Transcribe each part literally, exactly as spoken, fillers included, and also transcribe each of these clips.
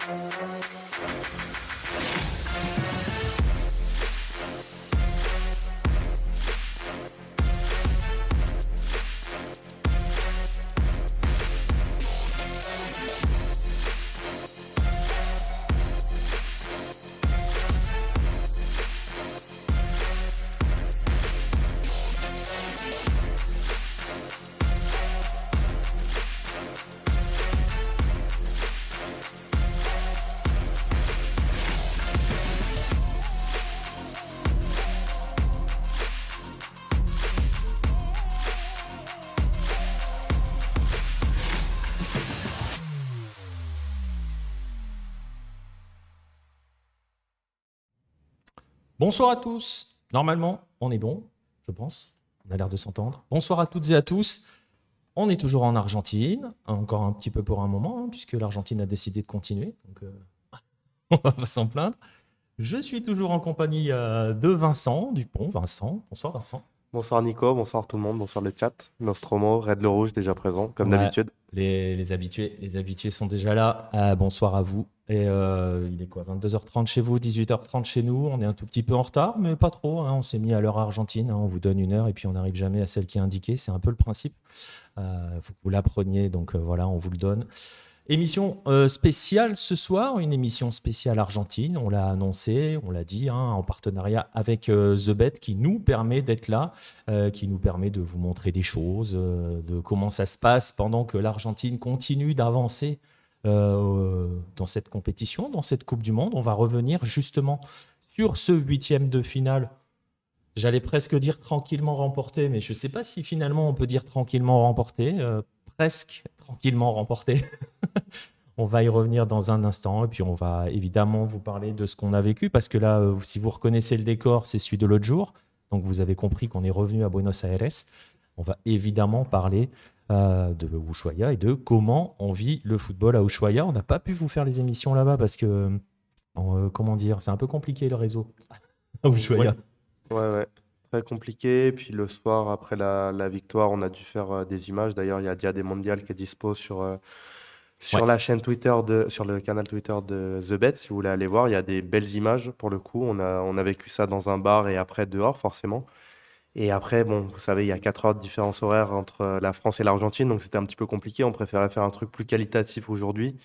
Bonsoir à tous. Normalement, on est bon, je pense. On a l'air de s'entendre. Bonsoir à toutes et à tous. On est toujours en Argentine, encore un petit peu pour un moment, hein, puisque l'Argentine a décidé de continuer. Donc, euh, on va pas s'en plaindre. Je suis toujours en compagnie euh, de Vincent Dupont. Vincent, bonsoir Vincent. Bonsoir Nico, bonsoir tout le monde, bonsoir le chat. Nostromo, Red le Rouge déjà présent, comme Ouais, d'habitude. Les, les habitués, les habitués sont déjà là. Ah, bonsoir à vous. Et euh, il est quoi, vingt-deux heures trente chez vous, dix-huit heures trente chez nous. On est un tout petit peu en retard, mais pas trop, hein. On s'est mis à l'heure argentine, hein. On vous donne une heure et puis on n'arrive jamais à celle qui est indiquée. C'est un peu le principe. Il euh, faut que vous l'appreniez, donc euh, voilà, on vous le donne. Émission euh, spéciale ce soir, une émission spéciale Argentine, on l'a annoncé, on l'a dit, hein, en partenariat avec euh, The Bet qui nous permet d'être là, euh, qui nous permet de vous montrer des choses, euh, de comment ça se passe pendant que l'Argentine continue d'avancer euh, dans cette compétition, dans cette Coupe du Monde. On va revenir justement sur ce huitième de finale. J'allais presque dire tranquillement remporté, mais je ne sais pas si finalement on peut dire tranquillement remporté, euh, presque tranquillement remporté. On va y revenir dans un instant et puis on va évidemment vous parler de ce qu'on a vécu parce que là, euh, si vous reconnaissez le décor, c'est celui de l'autre jour. Donc vous avez compris qu'on est revenu à Buenos Aires. On va évidemment parler euh, de Ushuaia et de comment on vit le football à Ushuaia. On n'a pas pu vous faire les émissions là-bas parce que, euh, comment dire, c'est un peu compliqué le réseau à Ushuaia. Ouais, ouais, ouais. Très compliqué. Puis le soir, après la, la victoire, on a dû faire euh, des images. D'ailleurs, il y a Dia des Mondial qui est dispo sur, euh, sur Ouais. la chaîne Twitter, de, sur le canal Twitter de The Bet. Si vous voulez aller voir, il y a des belles images pour le coup. On a, on a vécu ça dans un bar et après dehors, forcément. Et après, bon, vous savez, il y a quatre heures de différence horaire entre euh, la France et l'Argentine, donc c'était un petit peu compliqué. On préférait faire un truc plus qualitatif aujourd'hui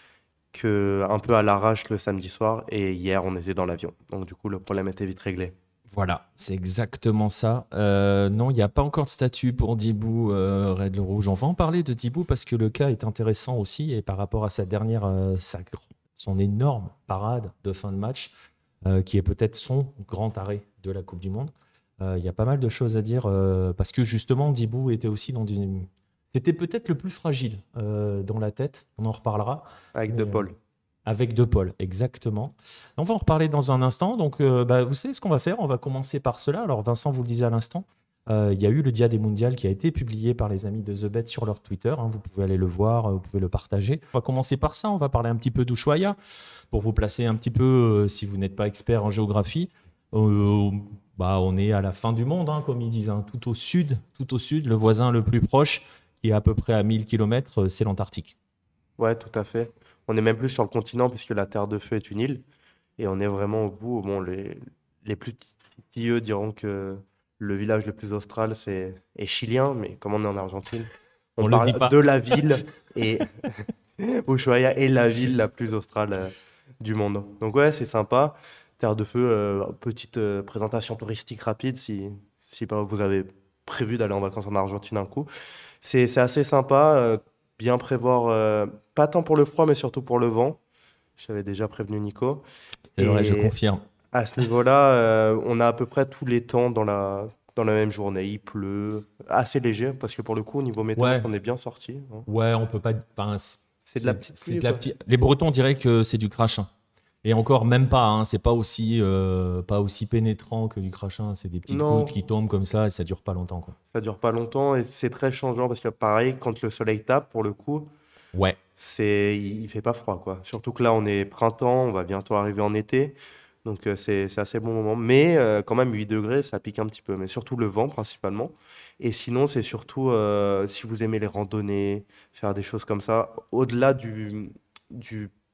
que un peu à l'arrache le samedi soir. Et hier, on était dans l'avion. Donc du coup, le problème était vite réglé. Voilà, c'est exactement ça. Euh, non, il n'y a pas encore de statut pour Dibou euh, Red le Rouge. On va en parler de Dibou parce que le cas est intéressant aussi et par rapport à sa dernière, euh, sa- son énorme parade de fin de match, euh, qui est peut-être son grand arrêt de la Coupe du Monde. Euh, Il y a pas mal de choses à dire euh, parce que justement Dibou était aussi dans une... C'était peut-être le plus fragile euh, dans la tête, on en reparlera. Avec Mais, De euh, Paul. avec De Paul, exactement. On va en reparler dans un instant. Donc, euh, bah, vous savez ce qu'on va faire? On va commencer par cela. Alors, Vincent, vous le disiez à l'instant, euh, il y a eu le Dia des Mondial qui a été publié par les amis de The Bet sur leur Twitter, hein. Vous pouvez aller le voir, euh, vous pouvez le partager. On va commencer par ça. On va parler un petit peu d'Ushuaia pour vous placer un petit peu, euh, si vous n'êtes pas expert en géographie. Euh, bah, on est à la fin du monde, hein, comme ils disent, hein, tout au sud, tout au sud. Le voisin le plus proche, qui est à peu près à mille kilomètres, c'est l'Antarctique. Ouais, tout à fait. On est même plus sur le continent puisque la Terre de Feu est une île. Et on est vraiment au bout. Bon, les, les plus petits, eux, diront que le village le plus austral c'est, est chilien, mais comme on est en Argentine, on On le dit parle pas. de la ville et Ushuaia est la ville la plus australe euh, du monde. Donc ouais, c'est sympa. Terre de Feu, euh, petite euh, présentation touristique rapide si, si pas vous avez prévu d'aller en vacances en Argentine un coup. C'est, c'est assez sympa, euh, bien prévoir, euh, pas tant pour le froid, mais surtout pour le vent. J'avais déjà prévenu Nico. C'est vrai, je Et confirme. à ce niveau-là, euh, on a à peu près tous les temps dans la, dans la même journée. Il pleut, assez léger, parce que pour le coup, au niveau météo, Ouais, on est bien sorti, hein. ouais, on peut pas. Enfin, C'est de la c'est petite c'est pluie, de la quoi. petite. Les Bretons diraient que c'est du crachin. Et encore, même pas. Hein, c'est pas aussi, euh, pas aussi pénétrant que du crachin. C'est des petites gouttes Non, qui tombent comme ça et ça dure pas longtemps, quoi. ça dure pas longtemps et c'est très changeant parce que pareil, quand le soleil tape, pour le coup, Ouais. c'est, il il fait pas froid, quoi. Surtout que là, on est printemps, on va bientôt arriver en été. Donc euh, c'est c'est assez bon moment. Mais euh, quand même, huit degrés, ça pique un petit peu. Mais surtout le vent, principalement. Et sinon, c'est surtout, euh, si vous aimez les randonnées, faire des choses comme ça, au-delà du, du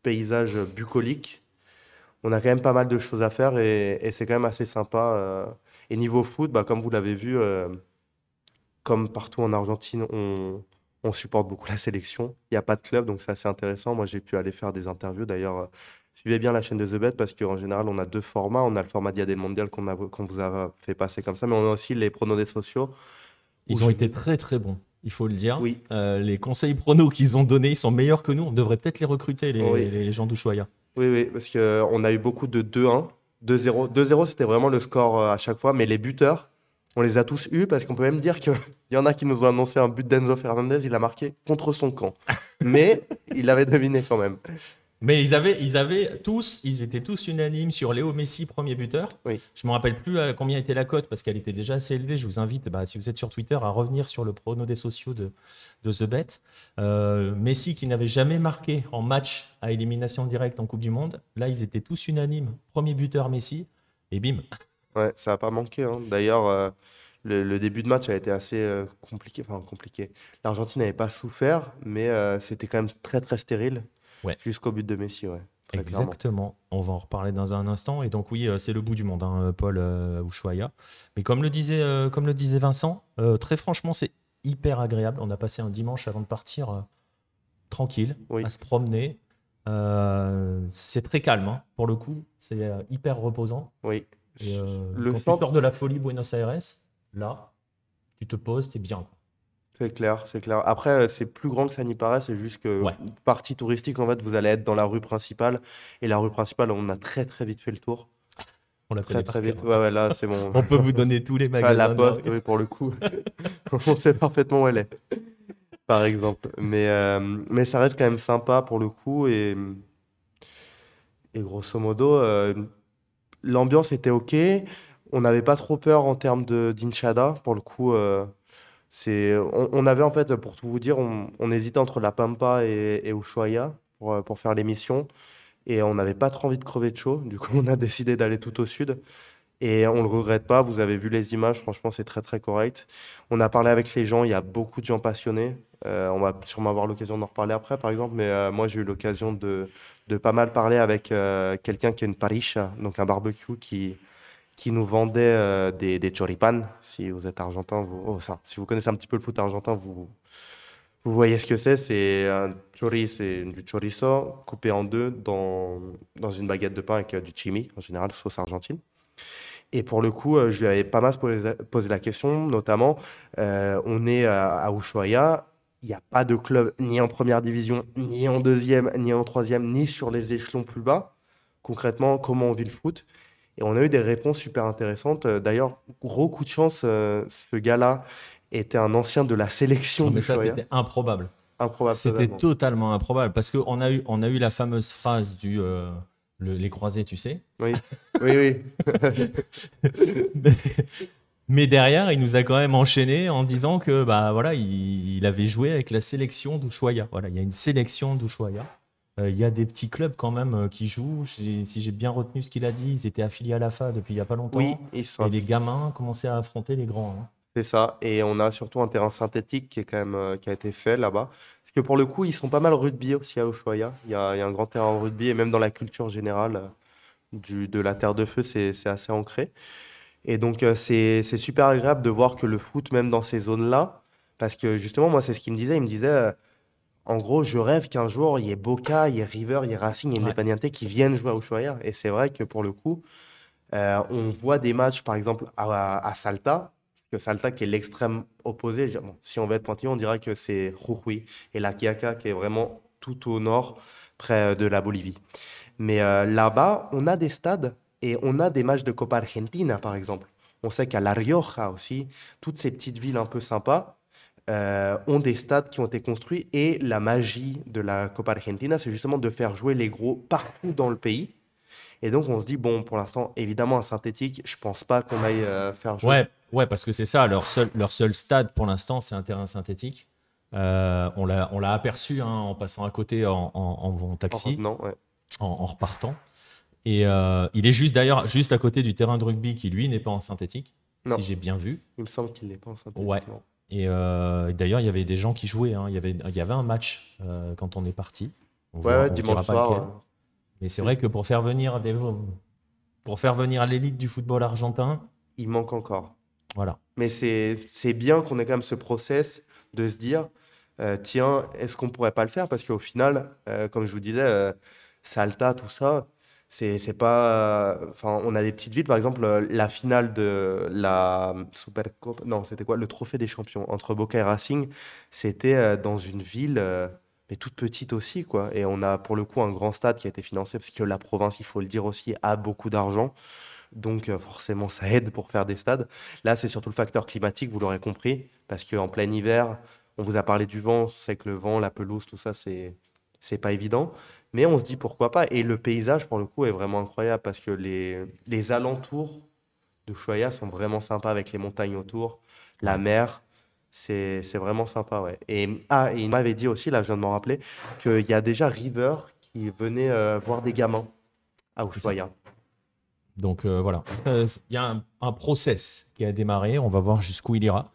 paysage bucolique, on a quand même pas mal de choses à faire et, et c'est quand même assez sympa. euh. Et niveau foot, bah, comme vous l'avez vu, euh, comme partout en Argentine, on, on supporte beaucoup la sélection. Il n'y a pas de club, donc c'est assez intéressant. Moi, j'ai pu aller faire des interviews. D'ailleurs, euh, suivez bien la chaîne de The Bet parce qu'en général, on a deux formats. On a le format Diadème Mondial qu'on a, qu'on vous a fait passer comme ça, mais on a aussi les pronos des sociaux. Ils où ont je- été très très bons, il faut le dire. Oui, Euh, les conseils pronos qu'ils ont donnés, ils sont meilleurs que nous. On devrait peut-être les recruter, les, oui, les gens d'Ushuaïa. oui, oui, parce qu'on a eu beaucoup de deux un, deux zéro. deux zéro, c'était vraiment le score euh, à chaque fois, mais les buteurs, on les a tous eus parce qu'on peut même dire qu'il y en a qui nous ont annoncé un but d'Enzo Fernandez, il a marqué contre son camp. Mais il avait deviné quand même. Mais ils avaient, ils avaient tous, ils étaient tous unanimes sur Léo Messi, premier buteur. Oui, Je me rappelle plus à combien était la cote parce qu'elle était déjà assez élevée. Je vous invite, bah, si vous êtes sur Twitter, à revenir sur le prono des sociaux de, de The Bet. Euh, Messi qui n'avait jamais marqué en match à élimination directe en Coupe du Monde. Là, ils étaient tous unanimes. Premier buteur Messi. Et bim. ouais, ça n'a pas manqué, hein. D'ailleurs, euh, le, le début de match a été assez euh, compliqué. Enfin, compliqué. L'Argentine n'avait pas souffert, mais euh, c'était quand même très, très stérile Ouais. jusqu'au but de Messi, ouais, très clairement. Exactement. On va en reparler dans un instant. Et donc oui, euh, c'est le bout du monde, hein, Paul euh, Ushuaïa. Mais comme le disait, euh, comme le disait Vincent, euh, très franchement, c'est hyper agréable. On a passé un dimanche avant de partir euh, tranquille, Oui. à se promener. Euh, c'est très calme, hein, pour le coup. C'est euh, hyper reposant. Oui. Et, euh, Le quand tu centre, sors de la folie Buenos Aires, là, tu te poses, t'es bien, quoi. c'est clair, c'est clair. Après, euh, c'est plus grand que ça n'y paraît, c'est juste que Ouais, partie touristique, en fait, vous allez être dans la rue principale. Et la rue principale, on a très très vite fait le tour. on la Très connaît très par cœur. vite. Ouais, ouais, là, c'est bon. On peut vous donner tous les Ah, magasins. la de poste, rue. oui, pour le coup. On sait parfaitement où elle est, par exemple. Mais, euh, mais ça reste quand même sympa pour le coup. Et, et grosso modo, euh, l'ambiance était OK. On n'avait pas trop peur en termes de d'inchada. Pour le coup, euh, c'est, on, on avait en fait, pour tout vous dire, on, on hésitait entre La Pampa et, et Ushuaia pour, euh, pour faire l'émission. Et on n'avait pas trop envie de crever de chaud. Du coup, on a décidé d'aller tout au sud. Et on ne le regrette pas. Vous avez vu les images. Franchement, c'est très, très correct. On a parlé avec les gens. Il y a beaucoup de gens passionnés. Euh, on va sûrement avoir l'occasion d'en reparler après, par exemple. Mais euh, moi, j'ai eu l'occasion de, de pas mal parler avec euh, quelqu'un qui a une parricha, donc un barbecue qui, qui nous vendait euh, des, des choripan. Si vous êtes argentin, vous, oh, ça, si vous connaissez un petit peu le foot argentin, vous, vous voyez ce que c'est. C'est un chori, c'est du chorizo coupé en deux dans, dans une baguette de pain avec euh, du chimi, en général, sauce argentine. Et pour le coup, euh, je lui avais pas mal posé, posé la question, notamment, euh, on est à, à Ushuaia, il n'y a pas de club ni en première division, ni en deuxième, ni en troisième, ni sur les échelons plus bas. Concrètement, comment on vit le foot? Et on a eu des réponses super intéressantes. Euh, D'ailleurs, gros coup de chance, euh, ce gars-là était un ancien de la sélection Non, mais ça, d'Ushuaia. c'était improbable. Improbable C'était totalement. totalement improbable parce qu'on a eu, on a eu la fameuse phrase du euh, le- les croisés, tu sais. Oui, oui, oui. Mais, mais derrière, il nous a quand même enchaîné en disant que bah voilà, il, il avait joué avec la sélection d'Ushuaia. Voilà, il y a une sélection d'Ushuaia. Euh, il y a des petits clubs quand même euh, qui jouent. J'ai- Si j'ai bien retenu ce qu'il a dit, ils étaient affiliés à l'A F A depuis il y a pas Oui, longtemps. ils sont Et les gamins commençaient à affronter les grands, hein. C'est ça. Et on a surtout un terrain synthétique qui est quand même, euh, qui a été fait là-bas. Parce que pour le coup, ils sont pas mal rugby aussi à Ushuaia. Il y a, il y a un grand terrain de rugby et même dans la culture générale euh, du, de la Terre de Feu, c'est, c'est assez ancré. Et donc, euh, c'est, c'est super agréable de voir que le foot, même dans ces zones-là, parce que justement, moi, c'est ce qu'il me disait. Il me disait, euh, en gros, je rêve qu'un jour, il y ait Boca, il y ait River, il y ait Racing, il y ait Ouais. Independiente qui viennent jouer à Ushuaia. Et c'est vrai que pour le coup, euh, on voit des matchs, par exemple, à, à Salta, que Salta qui est l'extrême opposé. Je- bon, si on veut être pointilleux, on dirait que c'est Jujuy et la Quiaca qui est vraiment tout au nord, près de la Bolivie. Mais euh, là-bas, on a des stades et on a des matchs de Copa Argentina, par exemple. On sait qu'à La Rioja aussi, toutes ces petites villes un peu sympas euh, ont des stades qui ont été construits. Et la magie de la Copa Argentina, c'est justement de faire jouer les gros partout dans le pays. Et donc, on se dit, bon, pour l'instant, évidemment, un synthétique, je pense pas qu'on aille euh, faire jouer Ouais, ouais, parce que c'est ça, leur seul, leur seul stade pour l'instant, c'est un terrain synthétique. Euh, on l'a, on l'a aperçu hein, en passant à côté en, en, en- en en taxi, revenant. Ouais. en, en repartant. Et euh, il est juste d'ailleurs juste à côté du terrain de rugby qui lui n'est pas en synthétique, Non, si j'ai bien vu. il me semble qu'il n'est pas en synthétique. Ouais. Non. Et euh, d'ailleurs, il y avait des gens qui jouaient, hein. Il y avait, il y avait un match euh, quand on est parti. On Ouais, ne ouais, vous dira dimanche pas soir, lequel. euh, Mais c'est c'est- vrai que pour faire venir des, pour faire venir l'élite du football argentin, il manque encore. voilà. Mais c'est c'est bien qu'on ait quand même ce process de se dire, euh, tiens, est-ce qu'on pourrait pas le faire? Parce qu'au final, euh, comme je vous disais, euh, Salta, tout ça, c'est c'est pas. Enfin, on a des petites villes, par exemple, euh, la finale de la Supercopa, non, c'était quoi? Le Trophée des Champions entre Boca et Racing, c'était euh, dans une ville, euh, mais toute petite aussi, quoi. Et on a pour le coup un grand stade qui a été financé parce que la province, il faut le dire aussi, a beaucoup d'argent. Donc euh, forcément, ça aide pour faire des stades. Là, c'est surtout le facteur climatique, vous l'aurez compris, parce qu'en plein hiver, on vous a parlé du vent, c'est que le vent, la pelouse, tout ça, c'est c'est pas évident. Mais on se dit pourquoi pas. Et le paysage, pour le coup, est vraiment incroyable parce que les, les alentours de Ushuaia sont vraiment sympas avec les montagnes autour, la Ouais, mer. C'est c'est vraiment sympa, ouais. Et, ah, et il m'avait dit aussi, là, je viens de m'en rappeler, qu'il y a déjà River qui venait euh, voir des gamins à c'est ça. Ushuaia. Donc euh, voilà, Euh, il y a un, un process qui a démarré, on va voir jusqu'où il ira.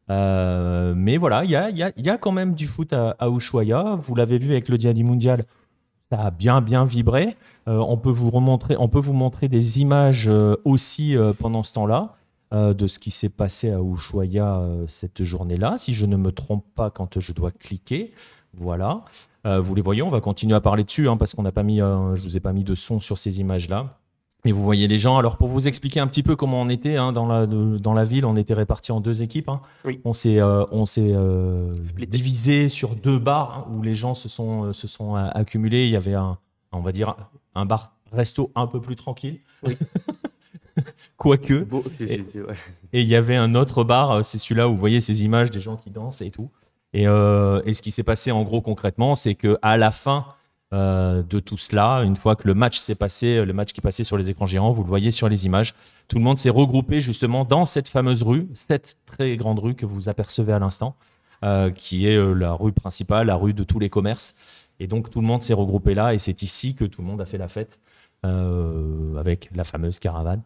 Euh, mais voilà, il y a, il y, a, il y a quand même du foot à, à Ushuaia. Vous l'avez vu avec le Diadi Mondial, ça a bien bien vibré. Euh, on peut vous remontrer, on peut vous montrer des images euh, aussi euh, pendant ce temps-là euh, de ce qui s'est passé à Ushuaia euh, cette journée-là, si je ne me trompe pas quand je dois cliquer. Voilà. Euh, vous les voyez, on va continuer à parler dessus hein, parce qu'on n'a pas mis, euh, je vous ai pas mis de son sur ces images-là. Et vous voyez les gens. Alors pour vous expliquer un petit peu comment on était hein, dans la de- dans la ville, on était répartis en deux équipes. Hein. Oui, On s'est euh, on s'est euh, splitté. divisé sur deux bars hein, où les gens se sont euh, se sont euh, accumulés. Il y avait un on va dire un bar resto un peu plus tranquille, Oui. quoique. Beau, si, Et, si, si, ouais. et il y avait un autre bar, euh, c'est celui-là où vous voyez ces images des gens qui dansent et tout. Et, euh, et ce qui s'est passé en gros concrètement, c'est que à la fin euh, de tout cela, une fois que le match s'est passé, le match qui passait sur les écrans géants, vous le voyez sur les images, tout le monde s'est regroupé justement dans cette fameuse rue, cette très grande rue que vous apercevez à l'instant, euh, qui est euh, la rue principale, la rue de tous les commerces. Et donc tout le monde s'est regroupé là, et c'est ici que tout le monde a fait la fête euh, avec la fameuse caravane.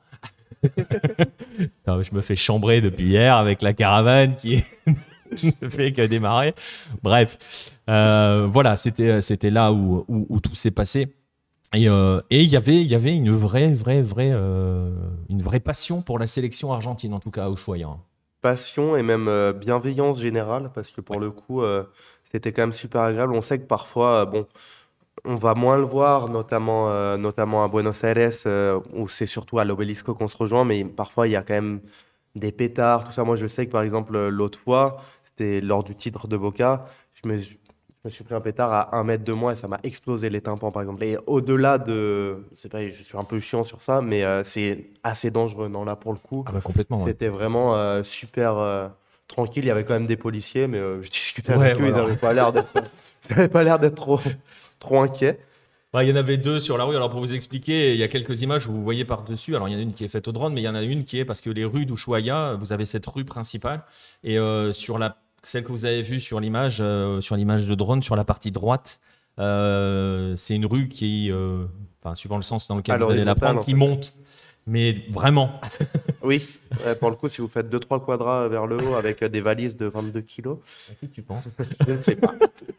Non, je me fais chambrer depuis hier avec la caravane qui ne fait que démarrer. Bref, euh, voilà, c'était c'était là où, où, où tout s'est passé. Et euh, et il y avait il y avait une vraie vraie vraie euh, une vraie passion pour la sélection argentine en tout cas à Ushuaia. Passion et même euh, bienveillance générale, parce que pour Ouais, le coup, euh, c'était quand même super agréable. On sait que parfois, euh, bon, on va moins le voir, notamment, euh, notamment à Buenos Aires, euh, où c'est surtout à l'Obélisque qu'on se rejoint, mais parfois, il y a quand même des pétards, tout ça. Moi, je sais que par exemple, euh, l'autre fois, c'était lors du titre de Boca, je me, je me suis pris un pétard à un mètre de moi et ça m'a explosé les tympans, par exemple. Et au-delà de, c'est pas, je suis un peu chiant sur ça, mais euh, c'est assez dangereux. Non, là, pour le coup, ah bah complètement. Ouais, c'était vraiment euh, super euh, tranquille. Il y avait quand même des policiers, mais euh, je discutais ouais avec eux, ils voilà. n'avaient pas l'air d'être, ils avaient pas l'air d'être trop, trop inquiets. Ouais, il y en avait deux sur la rue. Alors pour vous expliquer, il y a quelques images où vous voyez par-dessus. Alors il y en a une qui est faite au drone, mais il y en a une qui est parce que les rues d'Ushuaia, vous avez cette rue principale et euh, sur la celle que vous avez vue sur l'image, euh, sur l'image de drone, sur la partie droite, euh, c'est une rue qui, euh, enfin suivant le sens dans À lequel vous allez la l'horizontale, prendre, en qui fait. monte. Mais vraiment, Oui, ouais, pour le coup, si vous faites deux trois quadras vers le haut avec euh, des valises de vingt-deux kilos, à qui tu penses? je ne sais pas.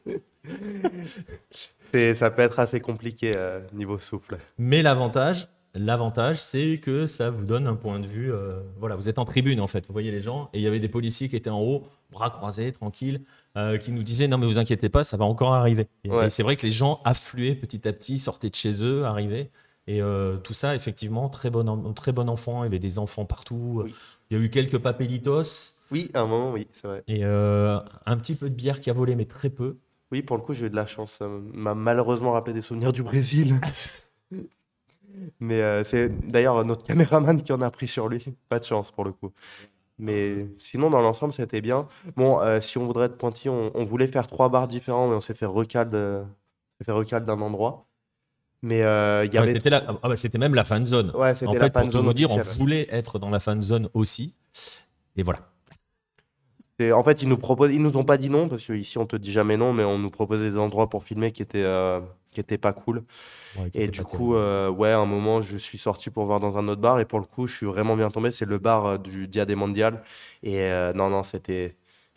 C'est, ça peut être assez compliqué euh, niveau souffle. Mais l'avantage, l'avantage, c'est que ça vous donne un point de vue. Euh, voilà, vous êtes en tribune en fait. Vous voyez les gens et il y avait des policiers qui étaient en haut, bras croisés, tranquilles, euh, qui nous disaient non mais vous inquiétez pas, ça va encore arriver. Et, et Ouais. c'est vrai que les gens affluaient petit à petit, sortaient de chez eux, arrivaient. Et euh, tout ça, effectivement, très bon, en- très bon enfant. Il y avait des enfants partout. Oui. Il y a eu quelques papelitos Oui, à un moment, oui, c'est vrai. et euh, un petit peu de bière qui a volé, mais très peu. Oui, pour le coup, j'ai eu de la chance. Ça m'a malheureusement rappelé des souvenirs du Brésil. Mais euh, c'est d'ailleurs notre caméraman qui en a pris sur lui. Pas de chance pour le coup. Mais sinon, dans l'ensemble, c'était bien. Bon, euh, si on voudrait être pointillé, on, on voulait faire trois bars différents, mais on s'est fait recal de- on s'est fait recal d'un endroit. Mais euh, il y Ah ouais, avait. c'était la- ah ouais, c'était même la fan zone. Ouais, En c'était la fait, pour fan tout zone vous dire, on officielle. voulait être dans la fan zone aussi. Et voilà. Et en fait, ils nous proposent, ils nous ont pas dit non, parce qu'ici, on te dit jamais non, mais on nous proposait des endroits pour filmer qui étaient, euh, qui étaient pas cool. Ouais, qui Et était du pas coup, terrible. euh, ouais, à un moment, je suis sorti pour voir dans un autre bar, et pour le coup, je suis vraiment bien tombé. C'est le bar euh, du Dia des Mondial. Et euh, non, non, c'était,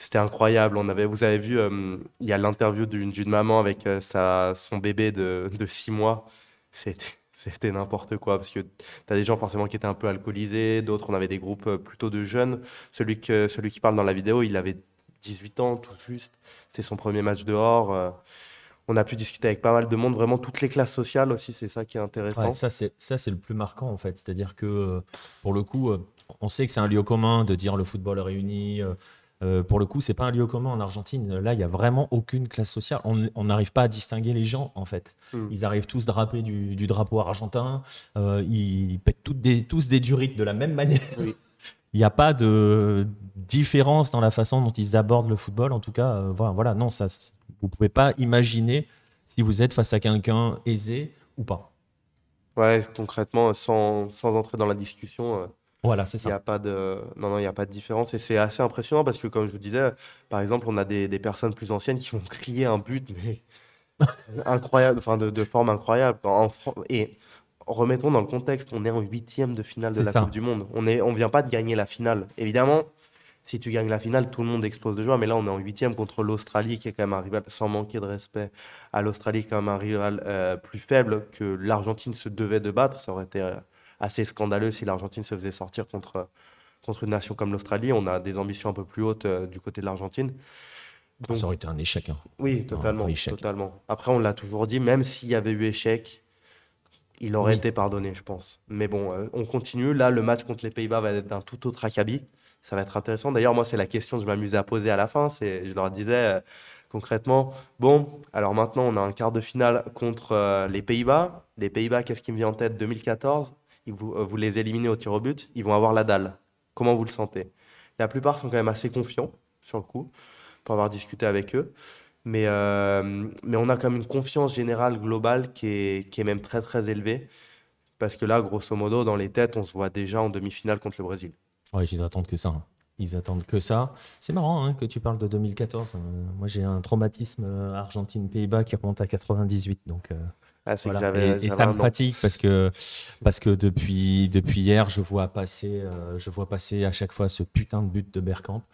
C'était incroyable. On avait, vous avez vu, euh, il y a l'interview d'une d'une maman avec euh, sa, son bébé de, de six mois. C'était, c'était n'importe quoi parce que tu as des gens forcément qui étaient un peu alcoolisés, d'autres, on avait des groupes euh, plutôt de jeunes. Celui, que, celui qui parle dans la vidéo, il avait dix-huit ans tout juste. C'était son premier match dehors. euh. On a pu discuter avec pas mal de monde, vraiment toutes les classes sociales aussi, c'est ça qui est Ouais, intéressant. ça, c'est, ça, c'est le plus marquant, en fait. C'est-à-dire que, euh, pour le coup, euh, on sait que c'est un lieu commun de dire le football réuni. euh, euh, pour le coup, c'est pas un lieu commun en Argentine. Là, il y a vraiment aucune classe sociale. On on n'arrive pas à distinguer les gens, en fait. Hmm. Ils arrivent tous drapés du, du drapeau argentin. euh, ils pètent toutes des, tous des durites de la même manière. Oui. Il n'y a pas de différence dans la façon dont ils abordent le football. En tout cas, euh, voilà, voilà, non, ça, c'est- vous pouvez pas imaginer si vous êtes face à quelqu'un aisé ou pas. Ouais, concrètement, sans, sans entrer dans la discussion, euh, Voilà, c'est il n'y ça. a pas de, non, non, il y a pas de différence. Et c'est assez impressionnant parce que, comme je vous disais, par exemple, on a des, des personnes plus anciennes qui vont crier un but, mais incroyable, enfin, de, de forme incroyable. En Fran- et remettons dans le contexte, on est en huitième de finale de C'est la Coupe ça. du Monde. On est, on vient pas de gagner la finale. Évidemment, si tu gagnes la finale, tout le monde explose de joie. Mais là, on est en huitième contre l'Australie, qui est quand même un rival, sans manquer de respect à l'Australie, quand même un rival euh, plus faible que l'Argentine se devait de battre. Ça aurait été euh, assez scandaleux si l'Argentine se faisait sortir contre, contre une nation comme l'Australie. On a des ambitions un peu plus hautes euh, du côté de l'Argentine. Ah, ça Donc, aurait été un échec, hein. oui, Un vrai totalement, échec. totalement. Après, on l'a toujours dit, même s'il y avait eu échec, il aurait Oui. été pardonné, je pense. Mais bon, euh, on continue. Là, le match contre les Pays-Bas va être d'un tout autre acabit. Ça va être intéressant. D'ailleurs, moi, c'est la question que je m'amusais à poser à la fin. C'est, je leur disais euh, concrètement, bon, alors maintenant, on a un quart de finale contre euh, les Pays-Bas. Les Pays-Bas, qu'est-ce qui me vient en tête? deux mille quatorze, ils vous, euh, vous les éliminez au tir au but, ils vont avoir la dalle. Comment vous le sentez? La plupart sont quand même assez confiants sur le coup, pour avoir discuté avec eux. Mais, euh, mais on a quand même une confiance générale globale qui est, qui est même très très élevée. Parce que là, grosso modo, dans les têtes, on se voit déjà en demi-finale contre le Brésil. Ouais, ils attendent que ça, hein. Ils attendent que ça. C'est marrant, hein, que tu parles de deux mille quatorze. Euh, moi, j'ai un traumatisme euh, Argentine-Pays-Bas qui remonte à quatre-vingt-dix-huit. Donc, euh, Ah, c'est que voilà. j'avais Et, et j'avais ça me un an. fatigue parce que, parce que depuis, depuis hier, je vois, passer, euh, je vois passer à chaque fois ce putain de but de Bergkamp.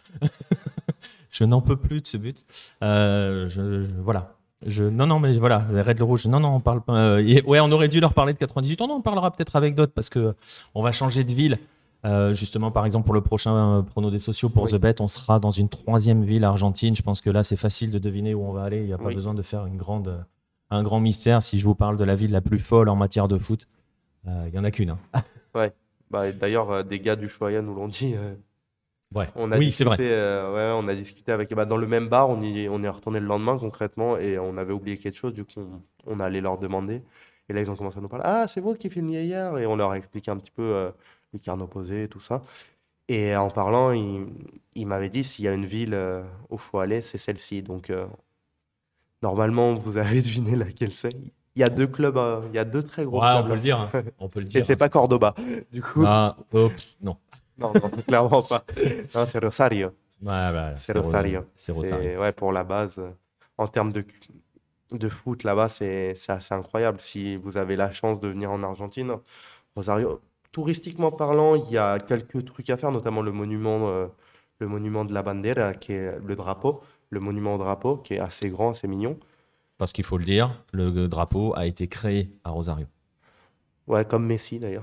Je n'en peux plus de ce but. Euh, je, je- voilà. Je, non, non, mais voilà, les Red le Rouge. Non, non, on parle pas. euh, et- ouais, on aurait dû leur parler de quatre-vingt-dix-huit. Oh, non, on parlera peut-être avec d'autres parce que on va changer de ville. Euh, justement, par exemple, pour le prochain euh, prono des sociaux pour Oui, The Bet, on sera dans une troisième ville argentine. Je pense que là, c'est facile de deviner où on va aller. Il n'y a pas oui, besoin de faire une grande, euh, un grand mystère. Si je vous parle de la ville la plus folle en matière de foot, euh, il n'y en a qu'une, hein. ouais. Bah, et d'ailleurs, euh, des gars du Choya nous l'ont dit. euh, Ouais. on a Oui, c'est vrai. discuté, euh, ouais, on a discuté avec, bah, dans le même bar, on y, on y est retourné le lendemain concrètement et on avait oublié quelque chose. Du coup, on, on allait leur demander. Et là, ils ont commencé à nous parler. Ah, c'est vous qui filmiez hier? Et on leur a expliqué un petit peu euh, les carnets opposés, tout ça. Et en parlant, il, il m'avait dit s'il y a une ville euh, où il faut aller, c'est celle-ci. Donc, euh, normalement, vous avez deviné laquelle c'est. Il y a deux clubs, euh, il y a deux très gros Ouais, on clubs peut le là-bas. dire, hein. On peut le Et dire, c'est hein. pas Cordoba. Du coup, Ah, oh, pff, non. non, non, clairement pas. Non, c'est Rosario. Ouais, ouais, C'est c'est Ro- Rosario. c'est Rosario. C'est, ouais, pour la base, euh, en termes de, cu- de foot là-bas, c'est c'est assez incroyable. Si vous avez la chance de venir en Argentine, Rosario, touristiquement parlant, il y a quelques trucs à faire, notamment le monument, euh, le monument de la Bandera, qui est le drapeau, le monument au drapeau, qui est assez grand, assez mignon. Parce qu'il faut le dire, le drapeau a été créé à Rosario. Ouais, comme Messi d'ailleurs.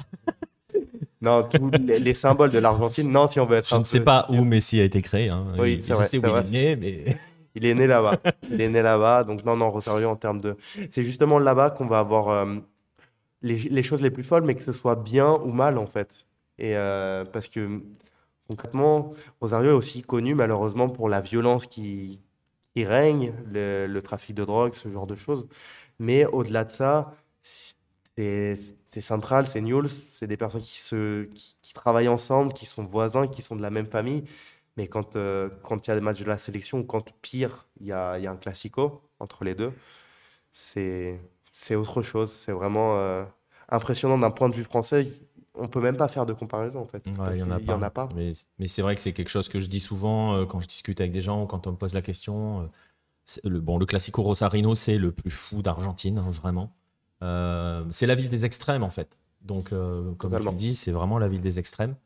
Non, tous les, les symboles de l'Argentine. Non, si on veut être Je un ne sais peu pas où dur. Messi a été créé, hein. Oui, Il- c'est Je vrai, sais où c'est il est vrai. né, mais Il est né là-bas. Il est né là-bas. Donc, non, non, Rosario, en termes de. C'est justement là-bas qu'on va avoir euh, les, les choses les plus folles, mais que ce soit bien ou mal, en fait. Et euh, parce que, concrètement, Rosario est aussi connu, malheureusement, pour la violence qui, qui règne, le, le trafic de drogue, ce genre de choses. Mais au-delà de ça, c'est c'est central, c'est Newell's, c'est des personnes qui, se, qui, qui travaillent ensemble, qui sont voisins, qui sont de la même famille. Mais quand euh, quand il y a des matchs de la sélection, ou quand pire, il y a, il y a un classico entre les deux, c'est c'est autre chose. C'est vraiment euh, impressionnant d'un point de vue français. On peut même pas faire de comparaison, en fait, ouais, il parce n'y en a qu'il y en pas. a pas. Mais, mais c'est vrai que c'est quelque chose que je dis souvent euh, quand je discute avec des gens, quand on me pose la question. euh, c'est le, bon, le Classico Rosarino, c'est le plus fou d'Argentine, hein, vraiment. Euh, c'est la ville des extrêmes, en fait. Donc, euh, comme tu le Totalement. dis, c'est vraiment la ville des extrêmes.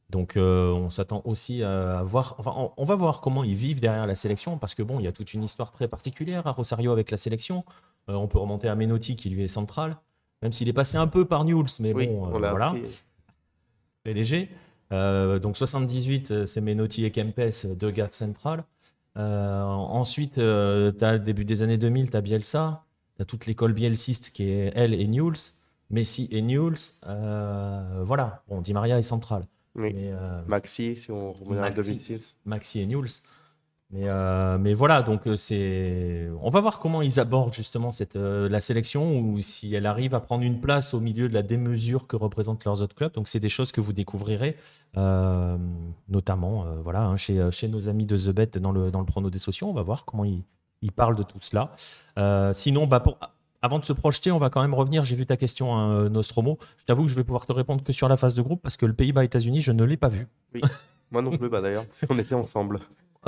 Donc euh, on s'attend aussi à voir, enfin on, on va voir comment ils vivent derrière la sélection, parce que bon, il y a toute une histoire très particulière à Rosario avec la sélection. Euh, on peut remonter à Menotti qui lui est central, même s'il est passé un peu par Newell's, mais Oui, bon, on euh, l'a voilà, appris. c'est léger. Euh, donc soixante-dix-huit, euh, c'est Menotti et Kempes, deux gars de central. Euh, ensuite, tu as le début des années deux mille, tu as Bielsa, tu as toute l'école bielsiste qui est elle et Newell's, Messi et Newell's. Euh, voilà, bon, Di Maria est central. Oui. Mais euh, Maxi, si on remonte en Maxi, deux mille six. Maxi et Newell's. Mais, euh, mais voilà, donc euh, c'est. On va voir comment ils abordent justement cette, euh, la sélection, ou si elle arrive à prendre une place au milieu de la démesure que représentent leurs autres clubs. Donc c'est des choses que vous découvrirez, euh, notamment euh, voilà, hein, chez, chez nos amis de The Bet dans le, dans le prono des sociaux. On va voir comment ils, ils parlent de tout cela. Euh, sinon, bah pour, avant de se projeter, on va quand même revenir. J'ai vu ta question, hein, Nostromo. Je t'avoue que je vais pouvoir te répondre que sur la phase de groupe, parce que le Pays-Bas-États-Unis, je ne l'ai pas vu. Oui, moi non plus, bah d'ailleurs, on était ensemble.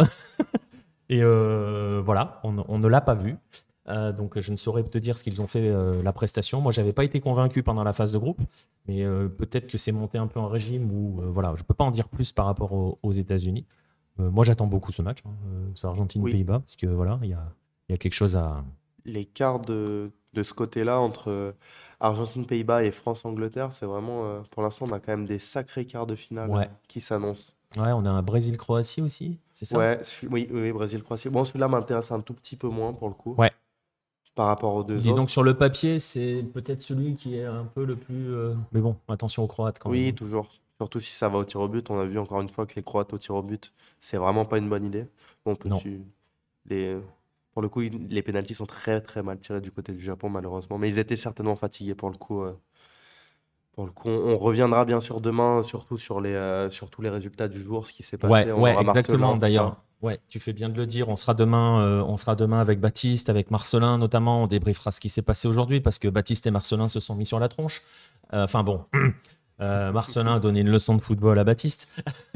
Et euh, voilà, on, on ne l'a pas vu. Euh, donc je ne saurais te dire ce qu'ils ont fait euh, la prestation. Moi, j'avais pas été convaincu pendant la phase de groupe, mais euh, peut-être que c'est monté un peu en régime, ou euh, voilà, je peux pas en dire plus par rapport aux, aux États-Unis. Euh, moi, j'attends beaucoup ce match, hein, euh, ce Oui, Argentine-Pays-Bas, parce que voilà, il y a, il y a quelque chose à. l'écart de, de ce côté-là entre euh, Argentine-Pays-Bas et France-Angleterre, c'est vraiment, euh, pour l'instant, on a quand même des sacrés quarts de finale euh, Ouais, qui s'annoncent. ouais, on a un Brésil-Croatie aussi, c'est ça? Ouais, celui- oui, oui, oui, Brésil-Croatie. Bon, celui-là m'intéresse un tout petit peu moins pour le coup, Ouais. par rapport aux deux Disons que autres. sur le papier, c'est peut-être celui qui est un peu le plus. euh, Mais bon, attention aux Croates quand même, Oui, hein. toujours. Surtout si ça va au tir au but. On a vu encore une fois que les Croates au tir au but, c'est vraiment pas une bonne idée. Bon, Non. peux-tu... Les... Pour le coup, ils- les pénaltys sont très très mal tirés du côté du Japon, malheureusement. Mais ils étaient certainement fatigués pour le coup. euh, Pour le coup, on, on reviendra bien sûr demain, surtout sur les, euh, sur tous les résultats du jour, ce qui s'est Ouais, passé. On ouais, aura exactement. Marcelin, tout D'ailleurs, ça. ouais, tu fais bien de le dire. On sera demain, euh, on sera demain avec Baptiste, avec Marcelin notamment. On débriefera ce qui s'est passé aujourd'hui, parce que Baptiste et Marcelin se sont mis sur la tronche. Euh, Enfin bon, euh, Marcelin a donné une leçon de football à Baptiste,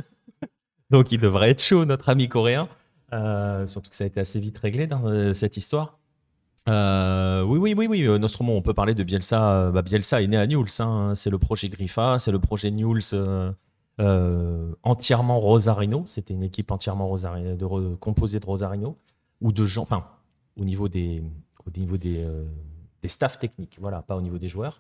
donc il devrait être chaud, notre ami coréen. Euh, surtout que ça a été assez vite réglé dans euh, cette histoire. Euh, oui, oui, oui, oui. euh, Nostromo, on peut parler de Bielsa. euh, bah, Bielsa est né à Newell's, hein. C'est le projet Griffa, c'est le projet Newell's, euh, euh, entièrement Rosarino. C'était une équipe entièrement Rosarino, de, re- composée de Rosarino, ou de gens, enfin, au niveau des, au niveau des, euh, des staffs techniques, voilà, pas au niveau des joueurs.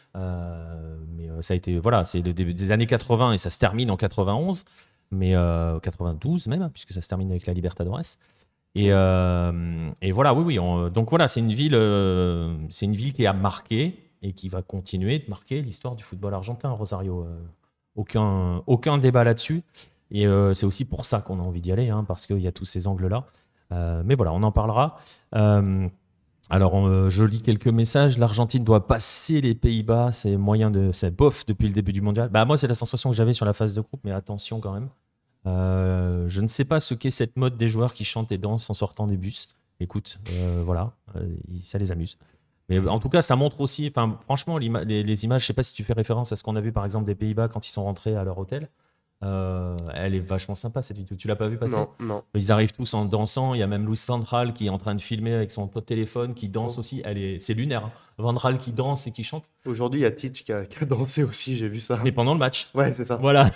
Euh, mais euh, ça a été, voilà, c'est le début des années quatre-vingts et ça se termine en quatre-vingt-onze, mais euh, quatre-vingt-douze même, puisque ça se termine avec la Libertadores. Et, Oui. euh, et voilà, oui, oui. on- donc voilà, c'est une ville, euh, c'est une ville qui a marqué et qui va continuer de marquer l'histoire du football argentin, Rosario. Euh, aucun, aucun débat là-dessus. Et euh, c'est aussi pour ça qu'on a envie d'y aller, hein, parce qu'il y a tous ces angles-là. Euh, mais voilà, on en parlera. Euh, alors, euh, je lis quelques messages. L'Argentine doit passer les Pays-Bas. C'est moyen de, c'est bof depuis le début du mondial. Bah moi, c'est la sensation que j'avais sur la phase de groupe, mais attention quand même. Euh, je ne sais pas ce qu'est cette mode des joueurs qui chantent et dansent en sortant des bus. Écoute, euh, voilà, euh, ça les amuse. Mais en tout cas, ça montre aussi, enfin, franchement, l'ima- les, les images, je sais pas si tu fais référence à ce qu'on a vu par exemple des Pays-Bas quand ils sont rentrés à leur hôtel. Euh, elle est vachement sympa cette vidéo. Tu l'as pas vu passer? Non, non. Ils arrivent tous en dansant. Il y a même Luis Van Gaal qui est en train de filmer avec son téléphone, qui danse Oh. aussi. Elle est, c'est lunaire, hein. Van Gaal qui danse et qui chante, Aujourd'hui, il y a Titch qui a, qui a dansé aussi, j'ai vu ça. mais pendant le match. Ouais, c'est ça. Voilà.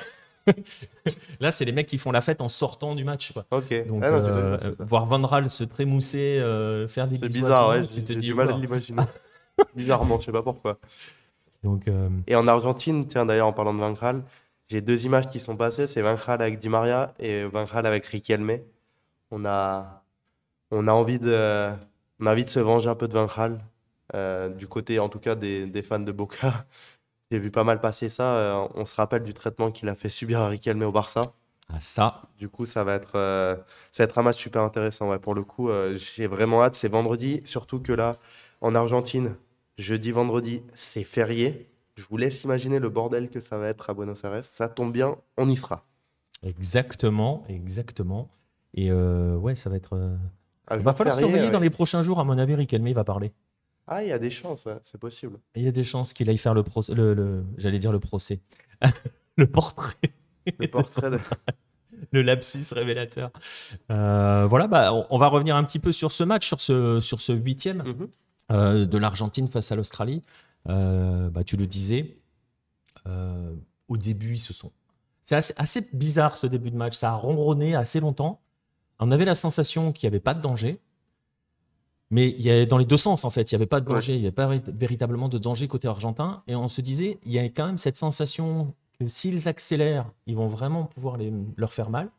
Là, c'est les mecs qui font la fête en sortant du match, quoi. Ok. Donc, Ah non, j'ai pas vu euh, passer ça. voir Van Gaal se trémousser, euh, faire des C'est bisous à tout bizarre, le ouais, monde, tu j'ai te j'ai dis, du mal à oula. l'imaginer. Bizarrement, je sais pas pourquoi. Donc, euh, Et en Argentine, tiens, d'ailleurs, en parlant de Van Gaal, j'ai deux images qui sont passées. C'est Van Gaal avec Di Maria et Van Gaal avec Riquelme. On a, on a envie de, on a envie de se venger un peu de Van Gaal, euh, du côté, en tout cas, des, des fans de Boca. J'ai vu pas mal passer ça. euh, on se rappelle du traitement qu'il a fait subir à Riquelme au Barça. ah, ça, Du coup, ça va être, euh, ça va être un match super intéressant. Ouais, pour le coup, euh, j'ai vraiment hâte. C'est vendredi, surtout que là, en Argentine, jeudi, vendredi, c'est férié. Je vous laisse imaginer le bordel que ça va être à Buenos Aires. Ça tombe bien, on y sera. exactement, exactement. Et euh, ouais, ça va être. euh, Un Il va jour falloir férié, surveiller dans ouais. les prochains jours, à mon avis, Riquelme va parler. Ah, il y a des chances, ouais, c'est possible. Et il y a des chances qu'il aille faire le procès, le, le- j'allais dire le procès, le portrait, Le portrait de... le lapsus révélateur. Euh, voilà, bah, on, on va revenir un petit peu sur ce match, sur ce, sur ce huitième. Mhm. euh, de l'Argentine face à l'Australie. Euh, bah, tu le disais, euh, au début, ils se sont. c'est assez, assez bizarre ce début de match. Ça a ronronné assez longtemps. On avait la sensation qu'il n'y avait pas de danger. Mais il y a, dans les deux sens, en fait, il n'y avait pas de danger. Ouais. Il n'y avait pas véritablement de danger côté argentin. Et on se disait, il y a quand même cette sensation que s'ils accélèrent, ils vont vraiment pouvoir les, leur faire mal.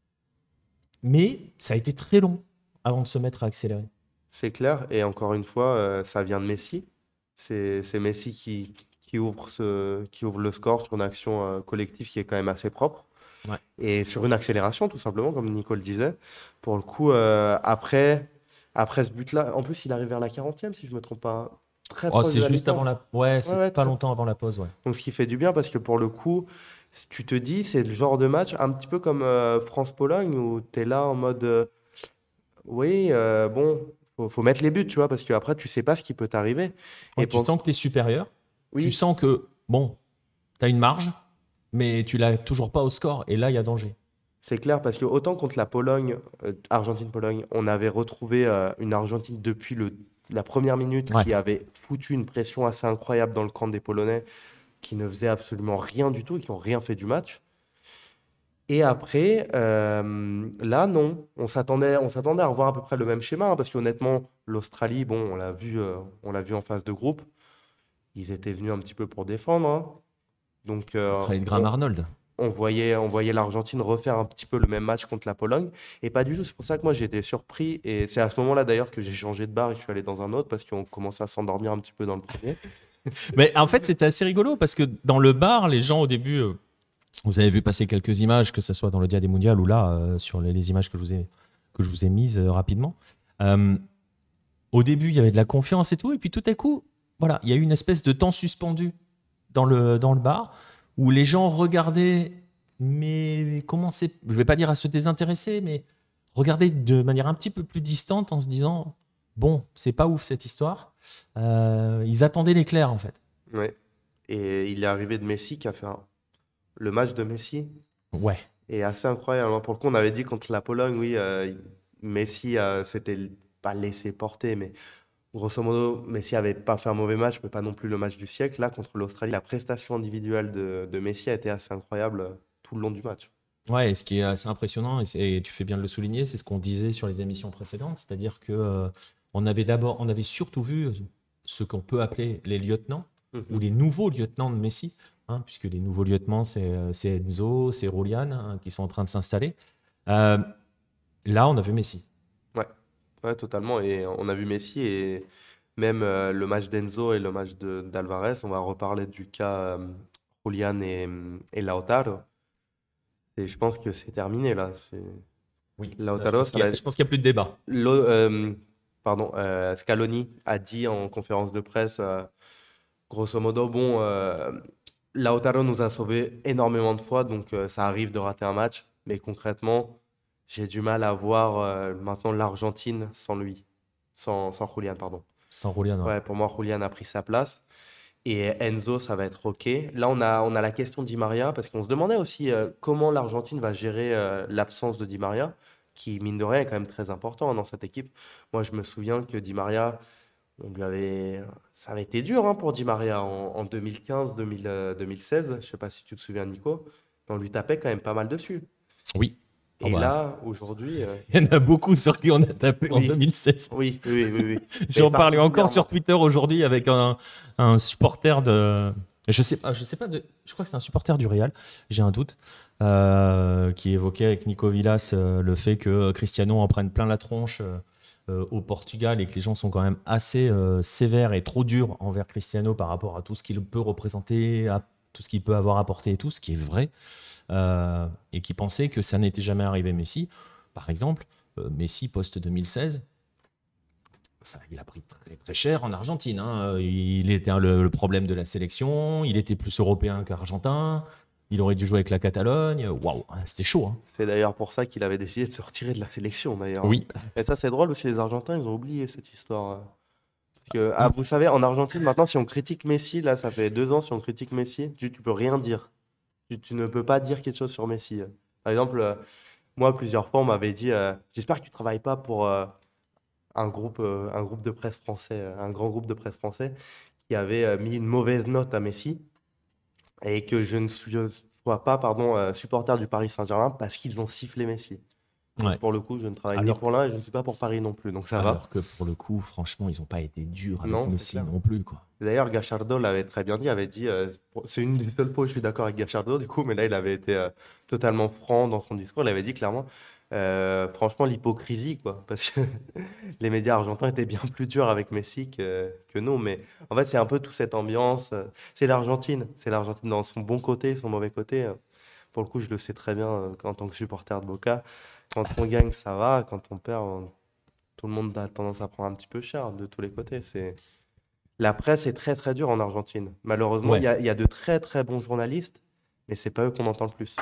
Mais ça a été très long avant de se mettre à accélérer. C'est clair. Et encore une fois, euh, ça vient de Messi. C'est, c'est Messi qui, qui, ouvre ce, qui ouvre le score sur une action euh, collective qui est quand même assez propre. Ouais. Et sur une accélération, tout simplement, comme Nico le disait. Pour le coup, euh, après... Après ce but-là, en plus, il arrive vers la quarantième, si je ne me trompe pas. Très oh, proche c'est de la juste mi-temps. avant la. Ouais, c'est Ouais, ouais, pas très... longtemps avant la pause, ouais. Donc, ce qui fait du bien, parce que pour le coup, tu te dis, c'est le genre de match un petit peu comme euh, France-Pologne, où tu es là en mode euh, oui, euh, bon, faut, faut mettre les buts, tu vois, parce qu'après, tu sais pas ce qui peut t'arriver. Ouais, Et tu pour... sens que tu es supérieur. Oui. Tu sens que, bon, tu as une marge, mais tu l'as toujours pas au score. Et là, il y a danger. C'est clair, parce que autant contre la Pologne, euh, Argentine-Pologne, on avait retrouvé euh, une Argentine depuis le, la première minute Ouais. qui avait foutu une pression assez incroyable dans le camp des Polonais, qui ne faisaient absolument rien du tout et qui n'ont rien fait du match. Et après, euh, là, non. On s'attendait, on s'attendait à revoir à peu près le même schéma, hein, parce qu'honnêtement, l'Australie, bon, on l'a vu, euh, on l'a vu en phase de groupe. Ils étaient venus un petit peu pour défendre, hein. Donc, euh, L'Australie de Graham on, Arnold. on voyait, on voyait l'Argentine refaire un petit peu le même match contre la Pologne. Et pas du tout. C'est pour ça que moi, j'ai été surpris. Et c'est à ce moment-là, d'ailleurs, que j'ai changé de bar et que je suis allé dans un autre, parce qu'on commençait à s'endormir un petit peu dans le premier. Mais en fait, c'était assez rigolo, parce que dans le bar, les gens, au début, euh, vous avez vu passer quelques images, que ce soit dans le Dia des Mondiales ou là, euh, sur les, les images que je vous ai, que je vous ai mises euh, rapidement. Euh, au début, il y avait de la confiance et tout. Et puis tout à coup, voilà, il y a eu une espèce de temps suspendu dans le, dans le bar, où les gens regardaient, mais commençaient, je ne vais pas dire à se désintéresser, mais regardaient de manière un petit peu plus distante en se disant, bon, c'est pas ouf cette histoire. Euh, ils attendaient l'éclair, en fait. Ouais. Et il est arrivé de Messi qui a fait un... le match de Messi. Ouais. Et assez incroyable. Pour le coup, on avait dit contre la Pologne, oui, euh, Messi euh, s'était pas laissé porter, mais grosso modo, Messi avait pas fait un mauvais match, mais pas non plus le match du siècle. Là, contre l'Australie, la prestation individuelle de, de Messi a été assez incroyable euh, tout le long du match. Ouais, et ce qui est assez impressionnant, et, c'est- et tu fais bien de le souligner, c'est ce qu'on disait sur les émissions précédentes, c'est-à-dire que euh, on avait d'abord, on avait surtout vu ce qu'on peut appeler les lieutenants ou Mhm. les nouveaux lieutenants de Messi, hein, puisque les nouveaux lieutenants c'est euh, c'est Enzo, c'est Julian, hein, qui sont en train de s'installer. Euh, là, on a vu Messi. Ouais, ouais, totalement. Et on a vu Messi et même euh, le match d'Enzo et le match de d'Alvarez, on va reparler du cas euh, Julian et, et Lautaro. Et je pense que c'est terminé là. C'est... Oui, là, je Lautaro, pense ça qu'il y va a, être je pense qu'il y a plus de débat. Lo- euh, pardon, euh, Scaloni a dit en conférence de presse, euh, grosso modo, bon, euh, Lautaro nous a sauvés énormément de fois, donc euh, ça arrive de rater un match, mais concrètement, j'ai du mal à voir euh, maintenant l'Argentine sans lui, sans, sans Julian, pardon. Sans Julian, ouais. Ouais, pour moi, Julian a pris sa place. Et Enzo, ça va être OK. Là, on a, on a la question Di Maria, parce qu'on se demandait aussi euh, comment l'Argentine va gérer euh, l'absence de Di Maria, qui, mine de rien, est quand même très important hein, dans cette équipe. Moi, je me souviens que Di Maria, on lui avait... ça avait été dur hein, pour Di Maria en, en deux mille quinze, deux mille, euh, deux mille seize. Je sais pas si tu te souviens, Nico. Mais on lui tapait quand même pas mal dessus. Oui. Oh Et bah, là, aujourd'hui... euh, il y en a beaucoup sur qui on a tapé en oui, deux mille seize. oui, oui, oui, oui. Mais J'en parlais encore sur particulièrement. Twitter aujourd'hui avec un, un supporter de. Je sais pas, je sais pas de. Je crois que c'est un supporter du Real. J'ai un doute. Euh, qui évoquait avec Nico Villas euh, le fait que Cristiano en prenne plein la tronche euh, euh, au Portugal et que les gens sont quand même assez euh, sévères et trop durs envers Cristiano par rapport à tout ce qu'il peut représenter, à tout ce qu'il peut avoir apporté et tout, ce qui est vrai. Euh, et qui pensait que ça n'était jamais arrivé à Messi. Par exemple, euh, Messi post deux mille seize. Ça, il a pris très, très cher en Argentine, hein. Il était un- le, le problème de la sélection. Il était plus européen qu'argentin. Il aurait dû jouer avec la Catalogne. Waouh, c'était chaud, hein. C'est d'ailleurs pour ça qu'il avait décidé de se retirer de la sélection, d'ailleurs. Oui. Et ça, c'est drôle aussi, les Argentins, ils ont oublié cette histoire. euh. Parce que, ah, vous savez, en Argentine, maintenant, si on critique Messi, là, ça fait deux ans, si on critique Messi, tu, tu peux rien dire. Tu, tu ne peux pas dire quelque chose sur Messi. Par exemple, euh, moi, plusieurs fois, on m'avait dit, euh, j'espère que tu travailles pas pour euh, un groupe, euh, un groupe de presse français, euh, un grand groupe de presse français, qui avait euh, mis une mauvaise note à Messi et que je ne suis, sois pas pardon, euh, supporter du Paris Saint-Germain parce qu'ils ont sifflé Messi. Donc, Ouais. pour le coup, je ne travaille ni Alors, pour l'un et je ne suis pas pour Paris non plus, donc ça va. alors que pour le coup, franchement, ils n'ont pas été durs avec Non, c'est Messi clair. non plus, quoi. D'ailleurs, Gachardo l'avait très bien dit, avait dit, euh, pour- c'est une des seules fois où je suis d'accord avec Gachardo, du coup, mais là, il avait été euh, totalement franc dans son discours. Il avait dit clairement, euh, franchement, l'hypocrisie, quoi, parce que les médias argentins étaient bien plus durs avec Messi que, que nous. Mais en fait, c'est un peu toute cette ambiance. euh, C'est l'Argentine, c'est l'Argentine dans son bon côté, son mauvais côté. euh. Pour le coup, je le sais très bien euh, en tant que supporter de Boca. Quand on gagne, ça va. Quand on perd, on- tout le monde a tendance à prendre un petit peu cher de tous les côtés. C'est... La presse est très très dure en Argentine. Malheureusement, il y Ouais. a, il y a de très très bons journalistes, mais c'est pas eux qu'on entend le plus.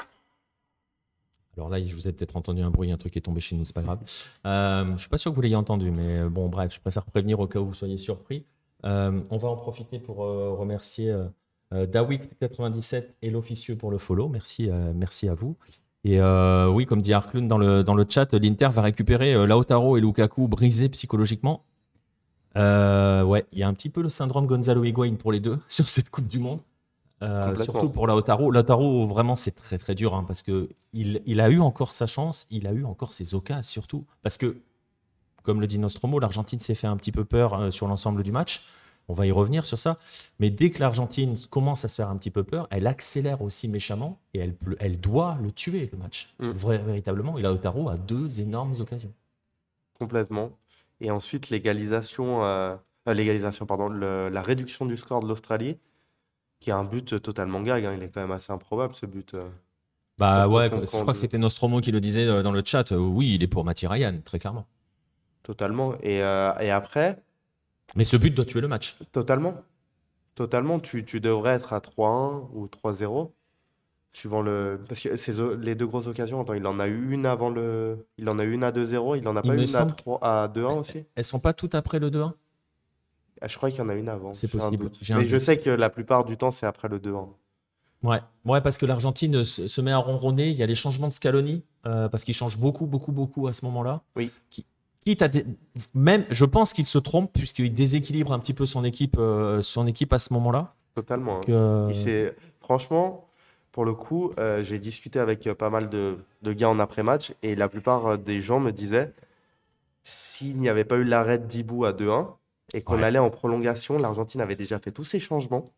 Alors là, je vous ai peut-être entendu un bruit, un truc est tombé chez nous, c'est pas grave. Euh, je suis pas sûr que vous l'ayez entendu, mais euh, bon, bref, je préfère prévenir au cas où vous soyez surpris. Euh, on va en profiter pour euh, remercier euh, euh, Dawik quatre-vingt-dix-sept et l'officieux pour le follow. Merci, euh, merci à vous. Et euh, oui, comme dit Arclun dans le, dans le chat, l'Inter va récupérer euh, Lautaro et Lukaku brisés psychologiquement. Euh, ouais, il y a un petit peu le syndrome Gonzalo Higuaín pour les deux sur cette Coupe du Monde. Euh, Complètement. surtout pour Lautaro. Lautaro, vraiment, c'est très très dur hein, parce que il, il a eu encore sa chance, il a eu encore ses occasions surtout. Parce que, comme le dit Nostromo, l'Argentine s'est fait un petit peu peur euh, sur l'ensemble du match. On va y revenir sur ça. Mais dès que l'Argentine commence à se faire un petit peu peur, elle accélère aussi méchamment et elle, peut- elle doit le tuer, le match. Mm. Vrai- véritablement. Et Lautaro a deux énormes occasions. Complètement. Et ensuite, l'égalisation, euh, euh, l'égalisation, pardon, le- la réduction du score de l'Australie, qui est un but totalement gag. Hein. Il est quand même assez improbable ce but euh, Bah contre ouais, son je camp crois que de- c'était Nostromo qui le disait euh, dans le chat. Euh, oui, il est pour Mati Ryan, très clairement. totalement. Et, euh, et après, Mais ce but doit tuer le match. totalement, totalement, tu, tu devrais être à trois un ou trois zéro, suivant le. Parce que ces o- les deux grosses occasions, attends, il en a eu une avant le. Il en a eu une à deux zéro, il en a Il pas eu me une à semble trois à deux un aussi? Elles sont pas toutes après le deux un. Ah, je crois qu'il y en a une avant, C'est j'ai un possible, doute. j'ai un Mais je doute. sais que la plupart du temps, c'est après le deux un. Ouais, ouais, parce que l'Argentine se, se met à ronronner. Il y a les changements de Scaloni, euh, parce qu'il change beaucoup, beaucoup, beaucoup à ce moment-là. Oui, Qui, quitte à dé- même, je pense qu'il se trompe puisqu'il déséquilibre un petit peu son équipe, euh, son équipe à ce moment-là. totalement. Donc, Hein. Il euh, s'est... Franchement, pour le coup, euh, j'ai discuté avec euh, pas mal de, de gars en après-match et la plupart euh, des gens me disaient s'il n'y avait pas eu l'arrêt de Dibou à deux un et qu'on ouais. allait en prolongation, l'Argentine avait déjà fait tous ses changements.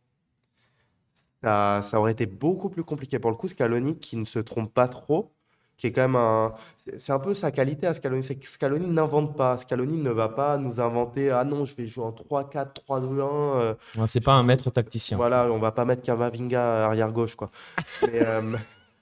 Ça, ça aurait été beaucoup plus compliqué. Pour le coup, Scaloni, qui ne se trompe pas trop, qui est quand même un. C'est c'est un peu sa qualité à Scaloni. C'est que Scaloni n'invente pas. Scaloni ne va pas nous inventer. Ah non, je vais jouer en trois quatre, trois deux un. euh, Ouais, c'est je pas un joue- maître tacticien. Voilà, on va pas mettre Camavinga arrière gauche, quoi. Mais, euh,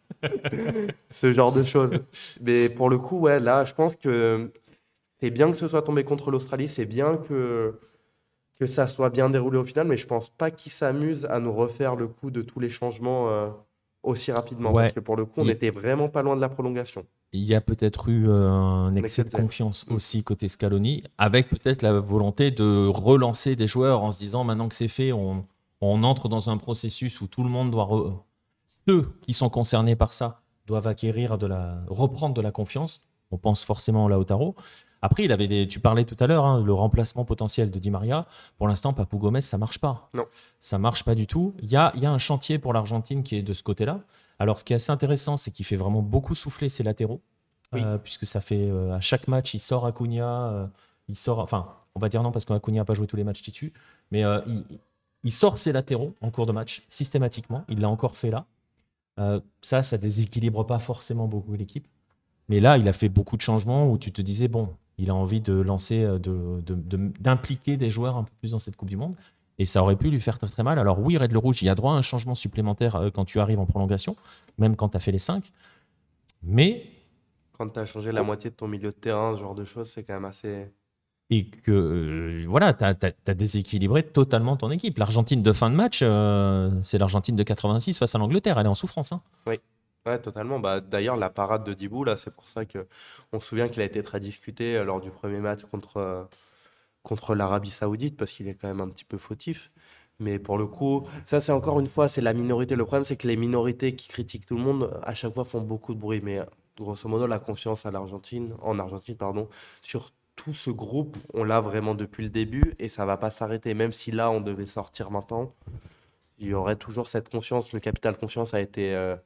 ce genre de choses. Mais pour le coup, ouais, là, je pense que c'est bien que ce soit tombé contre l'Australie. C'est bien que que ça soit bien déroulé au final, mais je pense pas qu'ils s'amusent à nous refaire le coup de tous les changements euh, aussi rapidement, parce Ouais, que pour le coup, on il, était vraiment pas loin de la prolongation. il y a peut-être eu euh, un On excès excès de de zèle. confiance Mm. aussi côté Scaloni, avec peut-être la volonté de relancer des joueurs en se disant maintenant que c'est fait, on, on entre dans un processus où tout le monde doit re- ceux qui sont concernés par ça doivent acquérir de la, reprendre de la confiance. On pense forcément à Lautaro. Après, il avait des, tu parlais tout à l'heure, hein, le remplacement potentiel de Di Maria. Pour l'instant, Papou Gomez, ça marche pas. Non. Ça marche pas du tout. Il y a, il y a un chantier pour l'Argentine qui est de ce côté-là. Alors, ce qui est assez intéressant, c'est qu'il fait vraiment beaucoup souffler ses latéraux, Oui. euh, puisque ça fait euh, à chaque match, il sort Acuna, euh, il sort, enfin, on va dire non parce qu'Acuna n'a pas joué tous les matchs titu, mais euh, il, il sort ses latéraux en cours de match systématiquement. Il l'a encore fait là. Euh, ça, ça déséquilibre pas forcément beaucoup l'équipe. Mais là, il a fait beaucoup de changements où tu te disais, bon, il a envie de lancer, euh, de, de- de- d'impliquer des joueurs un peu plus dans cette Coupe du Monde. Et ça aurait pu lui faire très très mal. Alors oui, Red le Rouge, il y a droit à un changement supplémentaire euh, quand tu arrives en prolongation, même quand tu as fait les cinq. Mais, Quand tu as changé la moitié de ton milieu de terrain, ce genre de choses, c'est quand même assez. et que, euh, voilà, tu as déséquilibré totalement ton équipe. L'Argentine de fin de match, euh, c'est l'Argentine de quatre-vingt-six face à l'Angleterre. Elle est en souffrance. Hein. Oui, ouais, totalement. Bah, d'ailleurs, la parade de Dibou, là, c'est pour ça que on se souvient qu'il a été très discuté euh, lors du premier match contre, euh, contre l'Arabie Saoudite, parce qu'il est quand même un petit peu fautif. Mais pour le coup, ça, c'est encore une fois, c'est la minorité. Le problème, c'est que les minorités qui critiquent tout le monde, à chaque fois, font beaucoup de bruit. Mais euh, grosso modo, la confiance à l'Argentine, en Argentine, pardon, sur tout ce groupe, on l'a vraiment depuis le début et ça va pas s'arrêter. Même si là, on devait sortir maintenant, il y aurait toujours cette confiance. Le capital confiance a été, euh,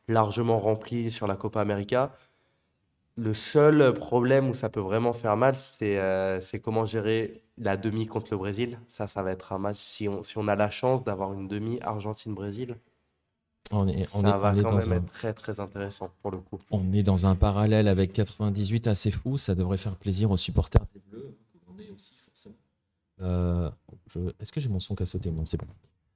largement rempli sur la Copa América. Le seul problème où ça peut vraiment faire mal, c'est euh, c'est comment gérer la demi contre le Brésil. Ça, ça va être un match. Si on, si on a la chance d'avoir une demi Argentine-Brésil, On est, on ça est, va on est quand dans même un, être très très intéressant pour le coup. on est dans un parallèle avec quatre-vingt-dix-huit assez fou. Ça devrait faire plaisir aux supporters des Bleus. On est aussi forcément. Euh, je- Est-ce que j'ai mon son qui a sauté? Non, c'est bon.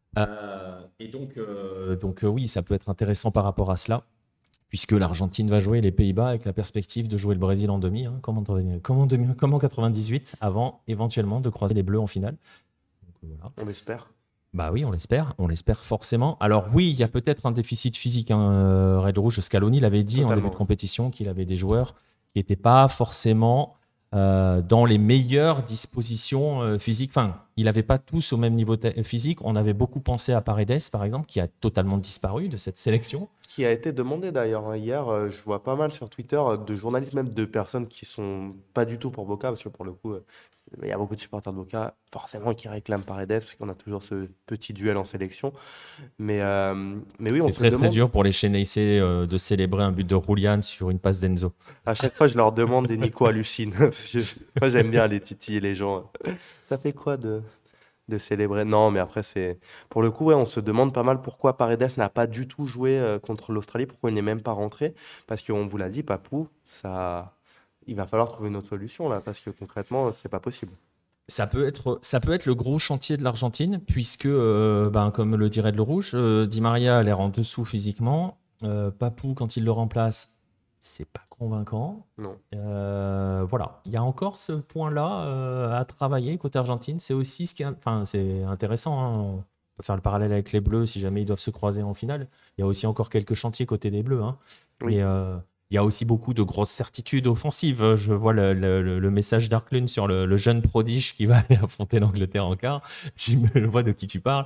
Euh, et donc, euh, donc euh, oui, ça peut être intéressant par rapport à cela, puisque l'Argentine va jouer les Pays-Bas avec la perspective de jouer le Brésil en demi, hein, comme, en, comme, en demi- comme en quatre-vingt-dix-huit, avant éventuellement de croiser les Bleus en finale. Donc, euh, voilà. On l'espère. Bah oui, on l'espère, on l'espère forcément. Alors oui, il y a peut-être un déficit physique. Hein. euh, Red Rouge, Scaloni l'avait dit en début de Totalement. compétition qu'il avait des joueurs qui n'étaient pas forcément euh, dans les meilleures dispositions euh, physiques. Enfin, il n'avait pas tous au même niveau te- physique. On avait beaucoup pensé à Paredes, par exemple, qui a totalement disparu de cette sélection. Qui a été demandé d'ailleurs hein. Hier, euh, je vois pas mal sur Twitter euh, de journalistes, même de personnes qui sont pas du tout pour Boca, parce que pour le coup, euh, il y a beaucoup de supporters de Boca, forcément, qui réclament Paredes, parce qu'on a toujours ce petit duel en sélection. Mais, euh, mais oui, on C'est se très très demande, dur pour les Cheneyce euh, de célébrer un but de Julian sur une passe d'Enzo. à chaque fois, je leur demande des Nico hallucine. Parce que moi, j'aime bien les titiller les gens. Ça fait quoi de, de célébrer? Non, mais après, c'est. Pour le coup, ouais, on se demande pas mal pourquoi Paredes n'a pas du tout joué euh, contre l'Australie, pourquoi il n'est même pas rentré. Parce qu'on vous l'a dit, Papou, ça. Il va falloir trouver une autre solution là, parce que concrètement, c'est pas possible. Ça peut être, ça peut être le gros chantier de l'Argentine, puisque, euh, ben, comme le dirait le Rouge, euh, Di Maria a l'air en dessous physiquement. Euh, Papou, quand il le remplace, c'est pas convaincant. Non. Euh, voilà, il y a encore ce point-là euh, à travailler côté Argentine. C'est aussi ce qui est, enfin, c'est intéressant. Hein. On peut faire le parallèle avec les Bleus si jamais ils doivent se croiser en finale. Il y a aussi encore quelques chantiers côté des Bleus. Hein. Oui. Mais euh, il y a aussi beaucoup de grosses certitudes offensives. Je vois le, le- le message d'Arklund sur le, le jeune prodige qui va aller affronter l'Angleterre en quart. Je me vois de qui tu parles.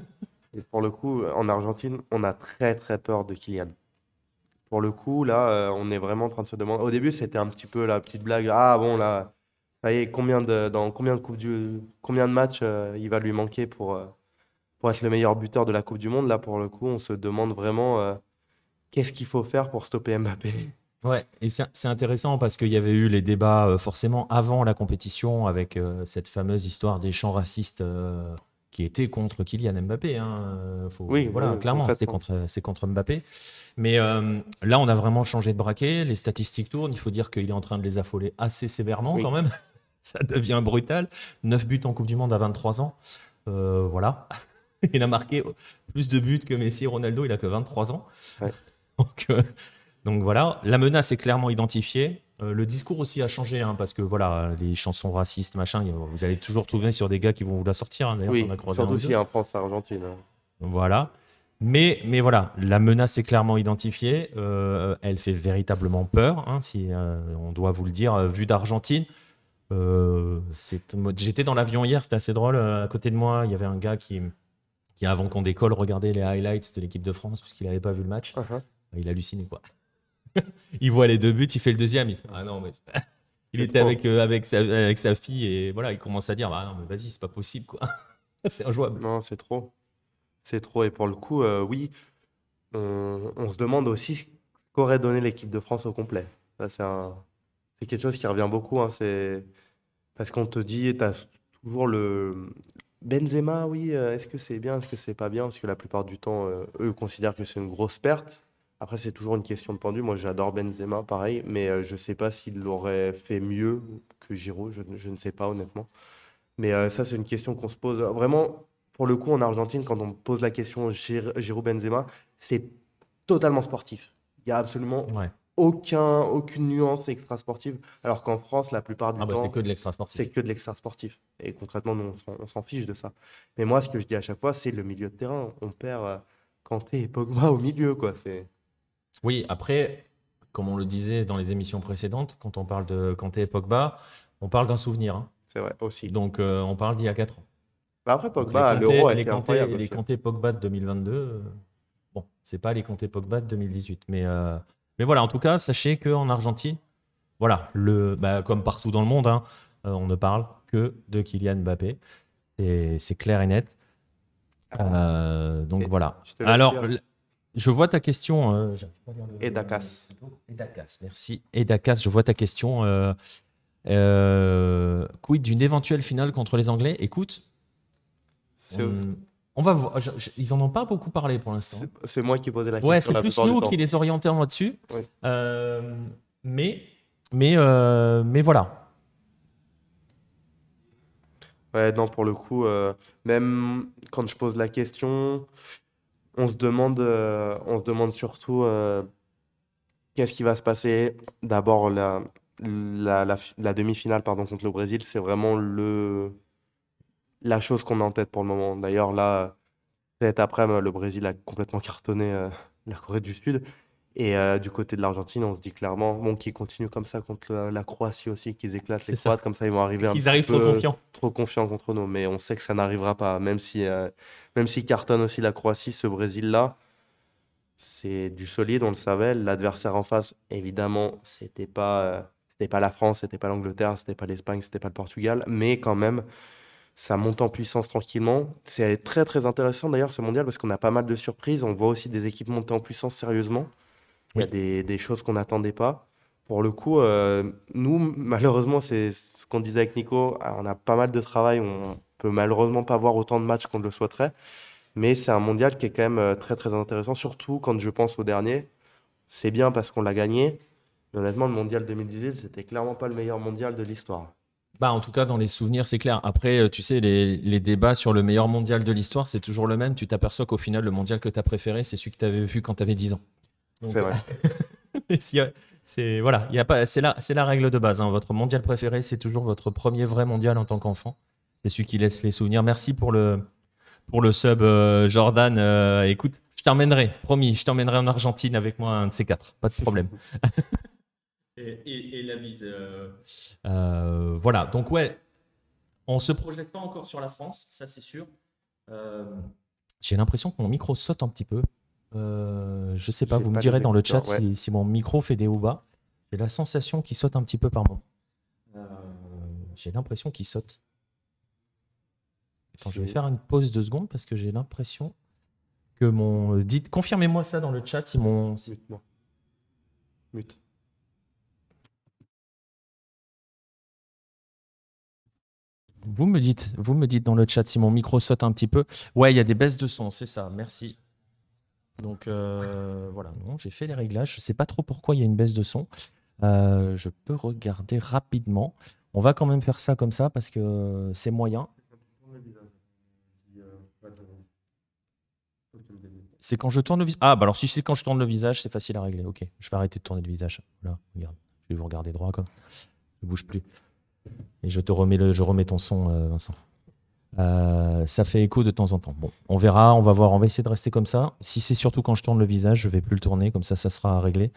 Et pour le coup, en Argentine, on a très très peur de Kylian. Pour le coup, là, euh, on est vraiment en train de se demander. Au début, c'était un petit peu la petite blague. Ah bon, là, ça y est, combien de, dans combien de coupes du, combien de matchs euh, il va lui manquer pour, euh, pour être le meilleur buteur de la Coupe du Monde? Là, pour le coup, on se demande vraiment euh, qu'est-ce qu'il faut faire pour stopper Mbappé. Ouais, et c'est c'est intéressant parce qu'il y avait eu les débats euh, forcément avant la compétition avec euh, cette fameuse histoire des chants racistes euh, qui étaient contre Kylian Mbappé. Hein. Euh, faut- Oui, voilà, oui, clairement, c'était concrètement. contre, c'est contre Mbappé. Mais euh, là, on a vraiment changé de braquet. Les statistiques tournent. Il faut dire qu'il est en train de les affoler assez sévèrement quand Oui. même. Ça devient brutal. Neuf buts en Coupe du Monde à vingt-trois ans. Euh, voilà. Il a marqué plus de buts que Messi et Ronaldo. Il a que vingt-trois ans. Ouais. Donc, euh, donc voilà, la menace est clairement identifiée. Euh, le discours aussi a changé, hein, parce que voilà, les chansons racistes, machin, y a- vous allez toujours trouver sur des gars qui vont vous la sortir. Hein, d'ailleurs, on Oui, a croisé un surtout ou s'il y deux. a un France-Argentine. hein. Voilà. Mais, mais voilà, la menace est clairement identifiée. Euh, elle fait véritablement peur, hein, si euh, on doit vous le dire, euh, vu d'Argentine. Euh, c'est- moi, j'étais dans l'avion hier, c'était assez drôle. euh, À côté de moi, il y avait un gars qui, qui avant qu'on décolle, regardait les highlights de l'équipe de France, parce qu'il n'avait pas vu le match. Uh-huh. Il hallucinait, quoi. Il voit les deux buts, il fait le deuxième. Il fait, ah non, mais c'est pas- il C'est était trop. avec, euh, avec, sa, avec sa fille et voilà, il commence à dire, bah non, mais vas-y, c'est pas possible, quoi. C'est injouable. Non, c'est trop. C'est trop. Et pour le coup, euh, oui, on, on se demande aussi ce qu'aurait donné l'équipe de France au complet. Ça, c'est un, c'est quelque chose qui revient beaucoup. hein, C'est parce qu'on te dit, tu as toujours le Benzema, oui, euh, est-ce que c'est bien, est-ce que c'est pas bien? Parce que la plupart du temps, euh, eux considèrent que c'est une grosse perte. Après, c'est toujours une question de pendu. Moi, j'adore Benzema, pareil, mais euh, je sais pas s'il l'aurait fait mieux que Giroud. Je, ne- je ne sais pas, honnêtement. Mais euh, ça, c'est une question qu'on se pose. Vraiment, pour le coup, en Argentine, quand on pose la question Gir- Giroud-Benzema, c'est totalement sportif. Il y a absolument Ouais. aucun, aucune nuance extra-sportive. Alors qu'en France, la plupart du Ah bah c'est temps, que de l'extra sportif. c'est que de l'extra-sportif. Et concrètement, nous, on s'en on s'en fiche de ça. Mais moi, ce que je dis à chaque fois, c'est le milieu de terrain. On perd euh, Kanté et Pogba au milieu, quoi. C'est... Oui, après, comme on le disait dans les émissions précédentes, quand on parle de Kanté et Pogba, on parle d'un souvenir. Hein. c'est vrai, aussi. Donc euh, on parle d'il y a quatre ans. Bah après, Donc les Pogba, à Kanté, l'Euro a les été Kanté, incroyable les aussi. hein. Kanté Pogba de deux mille vingt-deux, euh, bon, c'est pas les Kanté Pogba de deux mille dix-huit. Mais, euh, mais voilà, en tout cas, sachez qu'en Argentine, voilà, le, bah, comme partout dans le monde, hein, euh, on ne parle que de Kylian Mbappé. C'est c'est clair et net. Euh, donc Et voilà. je te laisse Alors, dire. l- je vois ta question. Euh, j'arrive pas à lire le- Et Dakas. Et Dakas, merci. Et Dakas, je vois ta question. Euh, euh, quid d'une éventuelle finale contre les Anglais? Écoute, C'est on, on va voir. Je- je- ils en ont pas beaucoup parlé pour l'instant. c'est- c'est moi qui posais la Ouais, question c'est la plus plupart du nous temps. qui les orientons là-dessus. Oui. Euh, mais, mais, euh, mais voilà. Ouais, non, pour le coup, euh, même quand je pose la question, on se demande, euh, on se demande surtout euh, qu'est-ce qui va se passer. D'abord, la, la, la, fi- la demi-finale pardon, contre le Brésil, c'est vraiment le, la chose qu'on a en tête pour le moment. D'ailleurs, là, cet après-midi, le Brésil a complètement cartonné euh, la Corée du Sud. Et euh, du côté de l'Argentine, on se dit clairement, bon, qu'ils continuent comme ça contre la, la Croatie aussi, qu'ils éclatent les C'est ça. Croates, comme ça ils vont Et arriver un qu'ils petit arrivent trop peu confiants. trop confiants contre nous. Mais on sait que ça n'arrivera pas, même si, euh, même si cartonne aussi la Croatie, ce Brésil-là, c'est du solide, on le savait. L'adversaire en face, évidemment, c'était pas, euh, c'était pas la France, c'était pas l'Angleterre, c'était pas l'Espagne, c'était pas le Portugal, mais quand même, ça monte en puissance tranquillement. C'est très très intéressant d'ailleurs ce mondial parce qu'on a pas mal de surprises. On voit aussi des équipes monter en puissance sérieusement. Il y a Oui, des, des choses qu'on n'attendait pas. Pour le coup, euh, nous, malheureusement, c'est ce qu'on disait avec Nico, ah, on a pas mal de travail, on peut malheureusement pas voir autant de matchs qu'on le souhaiterait, mais c'est un mondial qui est quand même euh, très très intéressant, surtout quand je pense au dernier. C'est bien parce qu'on l'a gagné, mais honnêtement, le mondial deux mille dix-huit, c'était clairement pas le meilleur mondial de l'histoire. bah, en tout cas, dans les souvenirs, c'est clair. Après, euh, tu sais, les, les débats sur le meilleur mondial de l'histoire, c'est toujours le même. Tu t'aperçois qu'au final, le mondial que tu as préféré, c'est celui que tu avais vu quand tu avais dix ans. C'est Donc, vrai. et s'il y a- c'est voilà, il y a pas, c'est la, c'est la règle de base, hein. Votre mondial préféré, c'est toujours votre premier vrai mondial en tant qu'enfant. C'est celui qui laisse les souvenirs. Merci pour le, pour le sub, euh, Jordan. Euh, écoute, je t'emmènerai, promis, je t'emmènerai en Argentine avec moi, un de ces quatre. Pas de problème. Et, et- et la bise. euh, euh, voilà, donc ouais, on se projette pas encore sur la France, ça c'est sûr. Euh, j'ai l'impression que mon micro saute un petit peu. Euh, je sais pas, J'ai vous me pas direz les dans le écouteurs, chat ouais. si, si mon micro fait des hauts bas. J'ai la sensation qu'il saute un petit peu par moment. Euh, j'ai l'impression qu'il saute. Attends, je vais J'ai- faire une pause de secondes parce que j'ai l'impression que mon. Dites, confirmez-moi ça dans le chat si mon. si- Mute-moi. Mute. Vous me dites, vous me dites dans le chat si mon micro saute un petit peu. Ouais, il y a des baisses de son, c'est ça. Merci. Donc euh, voilà, non, j'ai fait les réglages. Je sais pas trop pourquoi il y a une baisse de son. Euh, je peux regarder rapidement. On va quand même faire ça comme ça parce que c'est moyen. C'est quand je tourne le visage. Ah, bah alors si c'est quand je tourne le visage, c'est facile à régler. Ok, je vais arrêter de tourner le visage. Voilà, regarde. Je vais vous regarder droit, quoi. Ne bouge plus. Et je te remets, le, je remets ton son, euh, Vincent. Euh, ça fait écho de temps en temps. Bon, on verra, on va voir, on va essayer de rester comme ça. Si c'est surtout quand je tourne le visage, je vais plus le tourner, comme ça, ça sera réglé.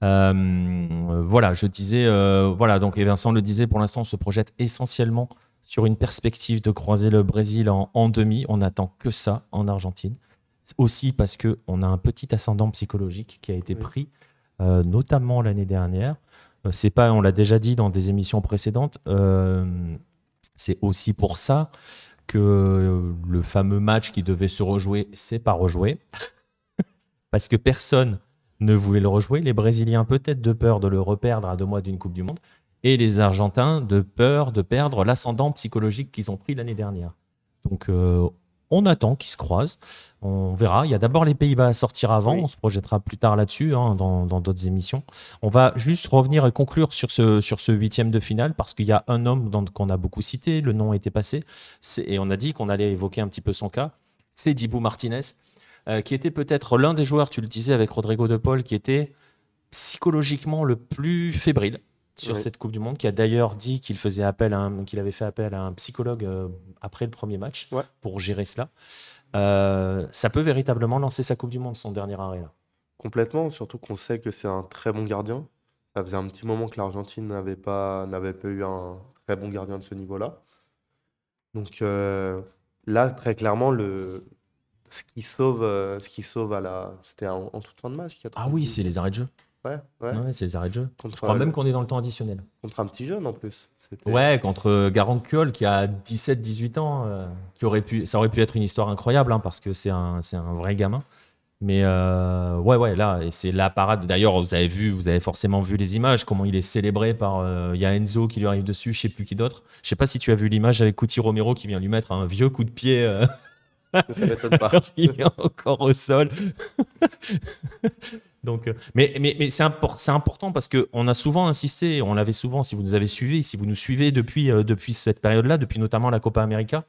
Euh, voilà, je disais, euh, voilà, donc et Vincent le disait, pour l'instant, on se projette essentiellement sur une perspective de croiser le Brésil en, en demi. On n'attend que ça en Argentine. C'est aussi parce qu'on a un petit ascendant psychologique qui a été Oui. pris, euh, notamment l'année dernière. Euh, c'est pas, on l'a déjà dit dans des émissions précédentes, euh, c'est aussi pour ça que le fameux match qui devait se rejouer, c'est pas rejoué. Parce que personne ne voulait le rejouer. Les Brésiliens, peut-être de peur de le reperdre à deux mois d'une Coupe du Monde. Et les Argentins, de peur de perdre l'ascendant psychologique qu'ils ont pris l'année dernière. Donc, euh, on attend qu'ils se croisent. On verra. Il y a d'abord les Pays-Bas à sortir avant. Oui. On se projettera plus tard là-dessus, hein, dans dans d'autres émissions. On va juste revenir et conclure sur ce, sur ce huitième de finale parce qu'il y a un homme dans- qu'on a beaucoup cité. Le nom était passé. C'est- Et on a dit qu'on allait évoquer un petit peu son cas. C'est Dibou Martinez, euh, qui était peut-être l'un des joueurs, tu le disais avec Rodrigo de Paul, qui était psychologiquement le plus fébrile sur Oui. cette Coupe du Monde, qui a d'ailleurs dit qu'il faisait appel à un- qu'il avait fait appel à un psychologue euh, après le premier match Ouais. pour gérer cela. Euh, ça peut véritablement lancer sa Coupe du Monde, son dernier arrêt là. Complètement, surtout qu'on sait que c'est un très bon gardien. Ça faisait un petit moment que l'Argentine n'avait pas, n'avait pas eu un très bon gardien de ce niveau-là. Donc euh, là, très clairement, le, ce qui sauve, euh, ce qui sauve à la, c'était en, en toute fin de match qui a Ah trouvé le oui, but. c'est les arrêts de jeu. Ouais, ouais. Ouais, c'est les arrêts de jeu. Contre, Je crois euh, même le- qu'on est dans le temps additionnel. contre un petit jeune en plus. C'était Ouais, contre Garand Kuol qui a dix-sept dix-huit ans, euh, qui aurait pu, ça aurait pu être une histoire incroyable hein, parce que c'est un, c'est un vrai gamin. Mais euh, ouais, ouais, là, et c'est la parade. D'ailleurs, vous avez vu, vous avez forcément vu les images, comment il est célébré par. euh, Il y a Enzo qui lui arrive dessus, je sais plus qui d'autre. Je sais pas si tu as vu l'image avec Cuti Romero qui vient lui mettre un vieux coup de pied. euh, Ça m'étonne pas. il est encore au sol. Donc, euh, mais mais, mais c'est, impor- c'est important parce qu'on a souvent insisté, on l'avait souvent, si vous nous avez suivis, si vous nous suivez depuis, euh, depuis cette période-là, depuis notamment la Copa América,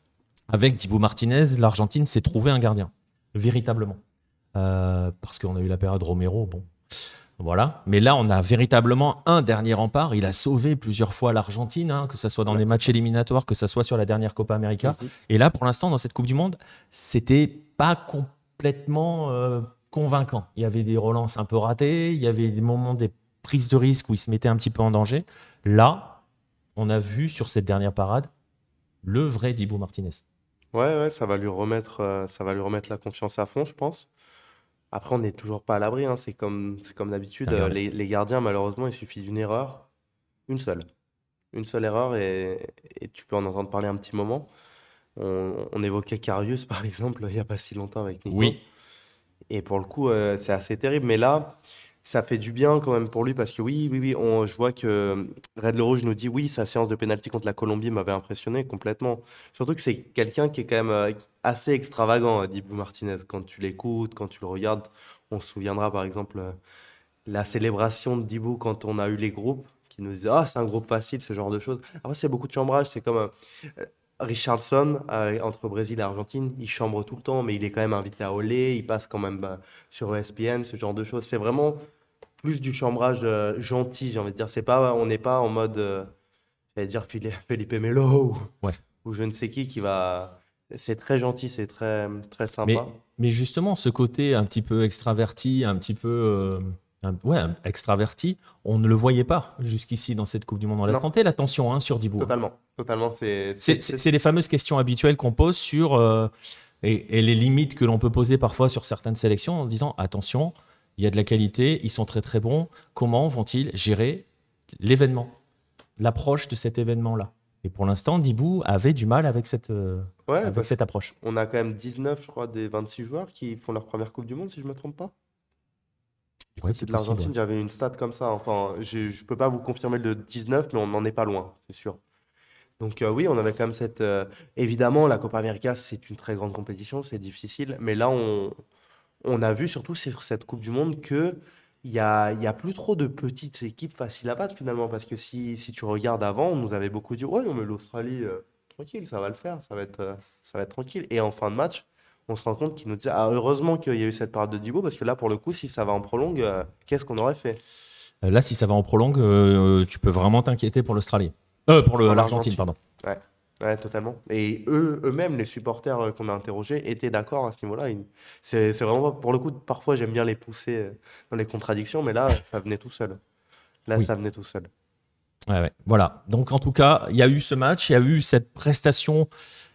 avec Dibu Martinez, l'Argentine s'est trouvé un gardien, véritablement. Euh, parce qu'on a eu la période Romero, bon, voilà. Mais là, on a véritablement un dernier rempart. Il a sauvé plusieurs fois l'Argentine, hein, que ce soit dans des matchs éliminatoires, que ce soit sur la dernière Copa América. Mhm. Et là, pour l'instant, dans cette Coupe du Monde, c'était pas complètement euh, convaincant. Il y avait des relances un peu ratées, il y avait des moments, des prises de risque où il se mettait un petit peu en danger. Là, on a vu sur cette dernière parade le vrai Dibu Martinez. Ouais, ouais, ça va lui remettre, euh, ça va lui remettre la confiance à fond, je pense. Après, on n'est toujours pas à l'abri, hein. C'est comme, c'est comme C'est d'habitude. un euh, gardien. Les, les gardiens, malheureusement, il suffit d'une erreur, une seule. Une seule erreur et, et tu peux en entendre parler un petit moment. On, on évoquait Karius, par exemple, il n'y a pas si longtemps avec Nico. Oui, Et pour le coup, euh, c'est assez terrible. Mais là, ça fait du bien quand même pour lui parce que oui, oui, oui, on, je vois que euh, Red Le Rouge nous dit oui, sa séance de pénalty contre la Colombie m'avait impressionné complètement. Surtout que c'est quelqu'un qui est quand même euh, assez extravagant, euh, Dibu Martinez. Quand tu l'écoutes, quand tu le regardes, on se souviendra par exemple euh, la célébration de Dibu quand on a eu les groupes qui nous disaient ah, c'est un groupe facile, ce genre de choses. Après, c'est beaucoup de chambrage. C'est comme euh, Richarlison, euh, entre Brésil et Argentine, il chambre tout le temps, mais il est quand même invité à Olé, il passe quand même bah, sur E S P N, ce genre de choses. C'est vraiment plus du chambrage euh, gentil, j'ai envie de dire. C'est pas, on n'est pas en mode, euh, j'allais dire Fili- Felipe Melo ouais. ou, ou je ne sais qui qui va. C'est très gentil, c'est très, très Mais, sympa. mais justement, ce côté un petit peu extraverti, un petit peu euh, un- ouais, un- extraverti, on ne le voyait pas jusqu'ici dans cette Coupe du Monde. On l'a Non, tenté l'attention hein, sur Dibou. hein. totalement. Totalement. C'est, C'est c'est, c'est- c'est- c'est les fameuses questions habituelles qu'on pose sur euh, et, et les limites que l'on peut poser parfois sur certaines sélections en disant attention, il y a de la qualité, ils sont très très bons. Comment vont-ils gérer l'événement, l'approche de cet événement-là? Et pour l'instant, Dibou avait du mal avec cette, euh, Ouais, avec parce cette approche. qu'on a quand même dix-neuf, je crois, des vingt-six joueurs qui font leur première Coupe du Monde, si je ne me trompe pas. Du Oui, côté c'est de possible. ouais. l'Argentine, j'avais une stat comme ça. Enfin, je ne peux pas vous confirmer le dix-neuf, mais on n'en est pas loin, c'est sûr. Donc euh, oui, on avait quand même cette... euh, évidemment, la Copa América, c'est une très grande compétition, c'est difficile. Mais là, on, on a vu surtout sur cette Coupe du Monde que il y a, il y a plus trop de petites équipes faciles à battre finalement. Parce que si, si tu regardes avant, on nous avait beaucoup dit, ouais, non, mais l'Australie, euh, tranquille, ça va le faire, ça va être, euh, ça va être tranquille. Et en fin de match, on se rend compte qu'ils nous disent, ah, heureusement qu'il y a eu cette parade de Dibo, parce que là, pour le coup, si ça va en prolongue, euh, qu'est-ce qu'on aurait fait Euh, Là, si ça va en prolongue, euh, tu peux vraiment t'inquiéter pour l'Australie. Euh, pour le- pour l'Argentine, l'Argentine? pardon. Ouais. Ouais, totalement. Et eux, eux-mêmes, les supporters euh, qu'on a interrogés, étaient d'accord à ce niveau-là. Ils- C'est, c'est vraiment, pour le coup, parfois j'aime bien les pousser euh, dans les contradictions, mais là, ça venait tout seul. Là, Oui. ça venait tout seul. Ouais, ouais. Voilà. Donc, en tout cas, il y a eu ce match, il y a eu cette prestation.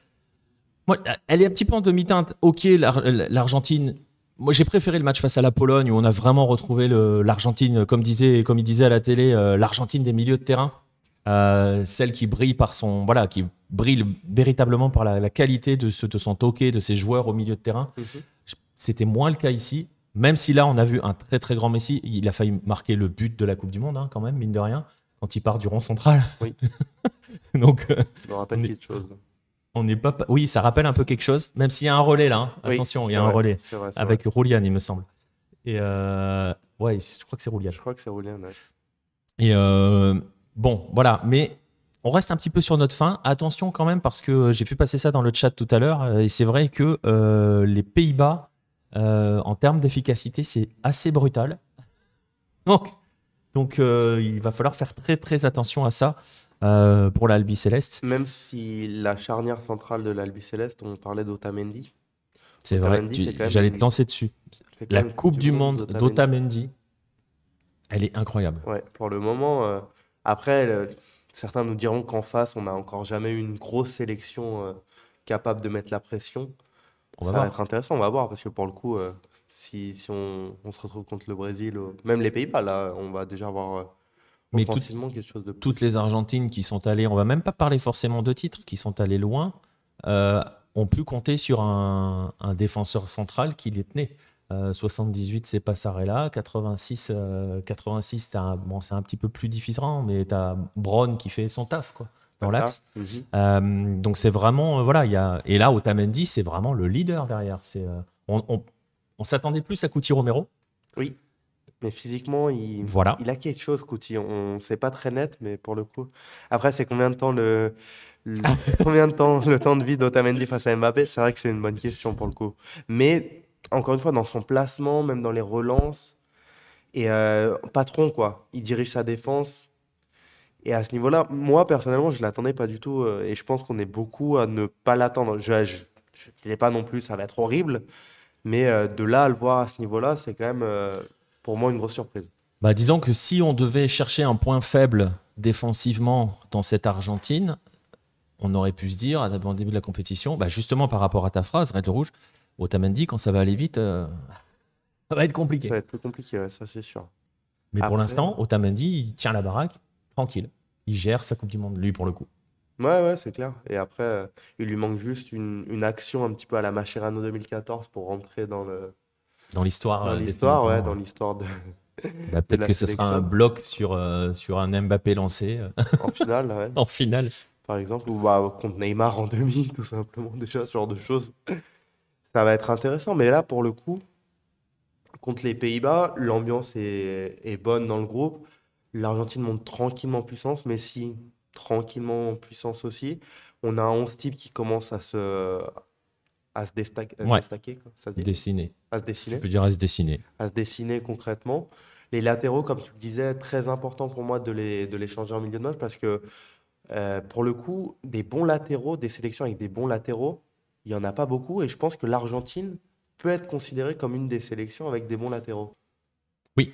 Moi, elle est un petit peu en demi-teinte. Ok, l'Ar- l'Argentine. Moi, j'ai préféré le match face à la Pologne où on a vraiment retrouvé le- l'Argentine, comme disait, comme il disait à la télé, euh, l'Argentine des milieux de terrain. Euh, celle qui brille par son, voilà, qui brille véritablement par la, la qualité de, ce- de son toqué, de ses joueurs au milieu de terrain. Mhm. C'était moins le cas ici. Même si là, on a vu un très très grand Messi, il a failli marquer le but de la Coupe du Monde, hein, quand même, mine de rien, quand il part du rond central. Oui, Donc, euh, je me rappelle on est- quelque chose. on n'est pas. Oui, ça rappelle un peu quelque chose, même s'il y a un relais là. hein. Oui, Attention, il y c'est a un vrai, relais c'est vrai, c'est avec vrai. Roulian, il me semble. Et euh, ouais, je crois que c'est Roulian. Je crois que c'est Roulian, ouais. Et euh, bon, voilà. Mais on reste un petit peu sur notre fin. Attention quand même, parce que j'ai fait passer ça dans le chat tout à l'heure. euh, Et c'est vrai que euh, les Pays-Bas, euh, en termes d'efficacité, c'est assez brutal. Donc, donc euh, il va falloir faire très très attention à ça euh, pour l'Albi Céleste. Même si la charnière centrale de l'Albi Céleste, on parlait d'Otamendi. C'est vrai, Otamendi tu- fait quand même j'allais te une, lancer dessus. fait quand La même une Coupe du Monde d'Otamendi. d'Otamendi, elle est incroyable. Ouais, pour le moment. euh, Après, le- certains nous diront qu'en face, on n'a encore jamais eu une grosse sélection euh, capable de mettre la pression. On va Ça va être voir. intéressant, on va voir, parce que pour le coup, euh, si, si on, on se retrouve contre le Brésil, ou même les Pays-Bas, là, on va déjà avoir euh, Mais tout- offensivement quelque chose de plus. toutes les Argentines qui sont allées, on va même pas parler forcément de titres, qui sont allées loin, euh, ont pu compter sur un, un défenseur central qui les tenait. Euh, soixante-dix-huit, c'est Passarella. quatre-vingt-six, euh, quatre-vingt-six c'est un, bon, c'est un petit peu plus différent, mais tu as Braun qui fait son taf quoi, dans Mata. l'axe. Mhm. Euh, donc c'est vraiment, euh, voilà, il y a, et là, Otamendi, c'est vraiment le leader derrière. C'est, euh, on, on, on s'attendait plus à Cuti Romero. Oui, mais physiquement, il, Voilà. il a quelque chose, Coutinho. On c'est pas très net, mais pour le coup. Après, c'est combien de temps le, le- combien de temps le temps de vie d'Otamendi face à Mbappé? C'est vrai que c'est une bonne question pour le coup. Mais encore une fois, dans son placement, même dans les relances, et euh, patron quoi. Il dirige sa défense. Et à ce niveau-là, moi personnellement, je l'attendais pas du tout. euh, et je pense qu'on est beaucoup à ne pas l'attendre. Je, je, je disais pas non plus, ça va être horrible. Mais euh, de là à le voir à ce niveau-là, c'est quand même euh, pour moi une grosse surprise. Bah, disons que si on devait chercher un point faible défensivement dans cette Argentine, on aurait pu se dire, à au début de la compétition, bah justement par rapport à ta phrase, Red Rouge, Otamendi, quand ça va aller vite, euh, ça va être Ça va compliqué. être plus compliqué, ouais, ça c'est sûr. Mais pour Après, l'instant, Otamendi, il tient la baraque, tranquille. Il gère sa Coupe du Monde, lui, pour le coup. ouais, ouais, c'est clair. Et après, euh, il lui manque juste une, une action un petit peu à la Mascherano deux mille quatorze pour rentrer dans le, Dans l'histoire, dans euh, l'histoire, ouais, dans définitivement. l'histoire de, Bah, de peut-être la que ce sera un sélection bloc sur, euh, sur un Mbappé lancé euh, en finale, ouais, en finale. par exemple, ou bah, contre Neymar en demi, tout simplement, déjà, ce genre de choses. Ça va être intéressant, mais là, pour le coup, contre les Pays-Bas, l'ambiance est, est bonne dans le groupe. L'Argentine monte tranquillement en puissance, Messi tranquillement en puissance aussi. On a un onze type qui commence à se, à se désta- à se Ouais, déstaquer, quoi, ça se dit? dessiné. À se Tu dessiner, peux dire à se dessiner. à se dessiner concrètement. Les latéraux, comme tu le disais, très important pour moi de les, de les changer en milieu de match parce que euh, pour le coup, des bons latéraux, des sélections avec des bons latéraux, il n'y en a pas beaucoup et je pense que l'Argentine peut être considérée comme une des sélections avec des bons latéraux. Oui,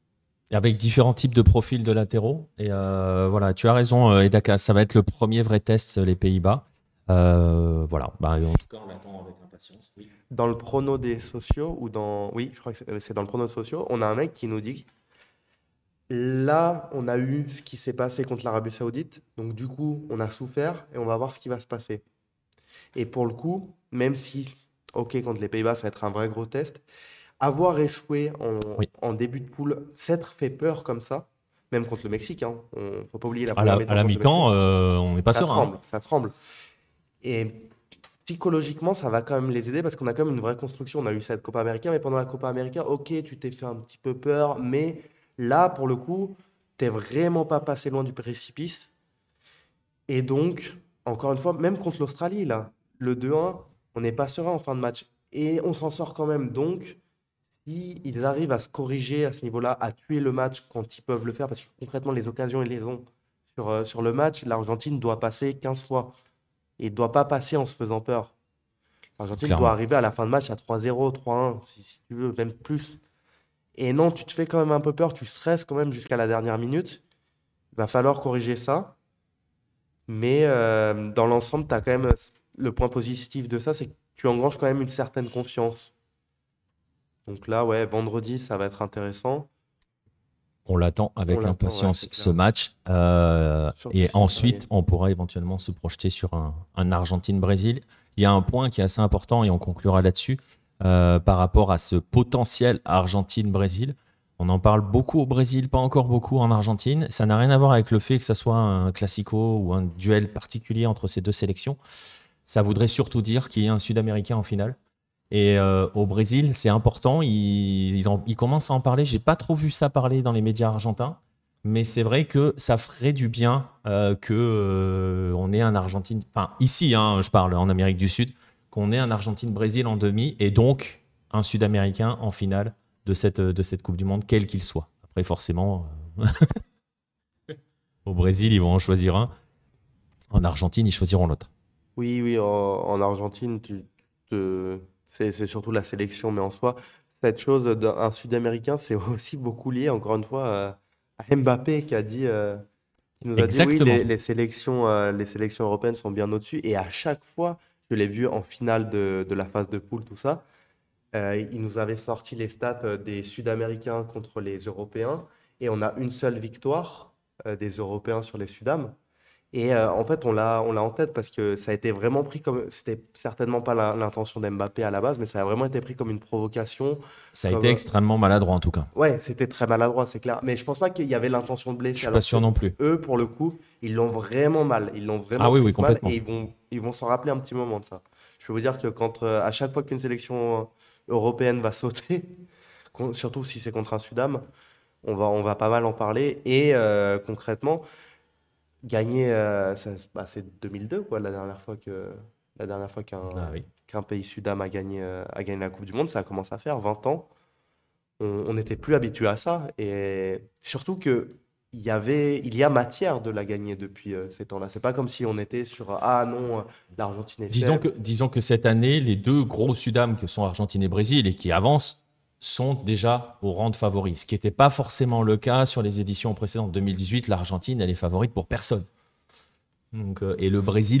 avec différents types de profils de latéraux. Et euh, voilà, tu as raison, euh, Edaka, ça va être le premier vrai test, les Pays-Bas. Euh, voilà, bah, en tout cas, on l'attend avec impatience. Oui. Dans le prono des sociaux, ou dans... Oui, je crois que c'est euh, c'est dans le prono des sociaux, on a un mec qui nous dit, là, on a eu ce qui s'est passé contre l'Arabie Saoudite, donc du coup, on a souffert et on va voir ce qui va se passer. Et pour le coup, même si, ok, contre les Pays-Bas, ça va être un vrai gros test, avoir échoué en, Oui. en début de poule, s'être fait peur comme ça, même contre le Mexique, hein, on faut pas oublier la À première la, à mi-temps la contre le Mexique, mi-temps, euh, on n'est pas ça serein. Hein. tremble, ça tremble. Et psychologiquement, ça va quand même les aider parce qu'on a quand même une vraie construction. On a eu cette Copa América, mais pendant la Copa América, ok, tu t'es fait un petit peu peur, mais là, pour le coup, t'es vraiment pas passé loin du précipice. Et donc, encore une fois, même contre l'Australie, là, le deux un, on n'est pas serein en fin de match. Et on s'en sort quand même. Donc, si ils arrivent à se corriger à ce niveau-là, à tuer le match quand ils peuvent le faire, parce que concrètement, les occasions, ils les ont. Sur, euh, sur le match, l'Argentine doit passer quinze fois. Et ne doit pas passer en se faisant peur. L'Argentine doit Clairement. arriver à la fin de match à trois zéro, trois un, si, si tu veux, même plus. Et non, tu te fais quand même un peu peur, tu stresses quand même jusqu'à la dernière minute. Il va falloir corriger ça. Mais euh, dans l'ensemble, tu as quand même le point positif de ça, c'est que tu engranges quand même une certaine confiance. Donc là, ouais, vendredi, ça va être intéressant. On l'attend On avec l'attend, ouais, c'est impatience ce clair. match. Euh, Surtout et si c'est Paris. ensuite, on pourra éventuellement se projeter sur un, un Argentine-Brésil. Il y a un point qui est assez important et on conclura là-dessus euh, par rapport à ce potentiel Argentine-Brésil. On en parle beaucoup au Brésil, pas encore beaucoup en Argentine. Ça n'a rien à voir avec le fait que ça soit un classico ou un duel particulier entre ces deux sélections. Ça voudrait surtout dire qu'il y a un Sud-Américain en finale. Et euh, au Brésil, c'est important. Ils, ils, en- ils commencent à en parler. J'ai pas trop vu ça parler dans les médias argentins, mais c'est vrai que ça ferait du bien euh, que euh, on ait un Argentine. Enfin, ici, hein, je parle en Amérique du Sud, qu'on ait un Argentine-Brésil en demi et donc un Sud-Américain en finale de cette de cette Coupe du Monde, quel qu'il soit. Après, forcément, euh, au Brésil, ils vont en choisir un. En Argentine, ils choisiront l'autre. Oui, oui, en, en Argentine, tu, tu te- c'est c'est surtout la sélection, mais en soi, cette chose d'un Sud-Américain, c'est aussi beaucoup lié, encore une fois, à, à Mbappé qui a dit, euh, qui nous a dit, oui, les, Exactement. les sélections, euh, les sélections européennes sont bien au-dessus, et à chaque fois, je l'ai vu en finale de, de la phase de poule, tout ça, euh, il nous avait sorti les stats euh, des Sud-Américains contre les Européens, et on a une seule victoire euh, des Européens sur les Sudam. Et euh, en fait, on l'a, on l'a en tête parce que ça a été vraiment pris comme. C'était certainement pas la- l'intention d'Mbappé à la base, mais ça a vraiment été pris comme une provocation. Ça a été Comme... extrêmement maladroit en tout cas. Ouais, c'était très maladroit, c'est clair. Mais je pense pas qu'il y avait l'intention de Je blesser, suis pas alors que sûr non plus. eux, pour le coup, ils l'ont vraiment mal. Ils l'ont Ah vraiment oui, oui, prise mal complètement. et ils vont, ils vont s'en rappeler un petit moment de ça. Je peux vous dire que quand, euh, à chaque fois qu'une sélection euh, européenne va sauter, con- surtout si c'est contre un Sudam, on va, on va pas mal en parler. Et euh, concrètement, gagner, euh, ça- bah, c'est deux mille deux, quoi, la dernière fois que, la dernière fois qu'un Ah oui. qu'un pays Sudam a gagné, euh, a gagné la Coupe du Monde. Ça a commencé à faire vingt ans. On n'était plus habitué à ça. Et surtout que il y avait, il y a matière de la gagner depuis euh, ces temps-là. C'est pas comme si on était sur ah non, euh, l'Argentine est Disons que, faible. disons que cette année, les deux gros Sudam que sont Argentine et Brésil et qui avancent sont déjà au rang de favoris. Ce qui n'était pas forcément le cas sur les éditions précédentes. deux mille dix-huit, l'Argentine, elle est favorite pour personne. Donc, euh, et le Brésil,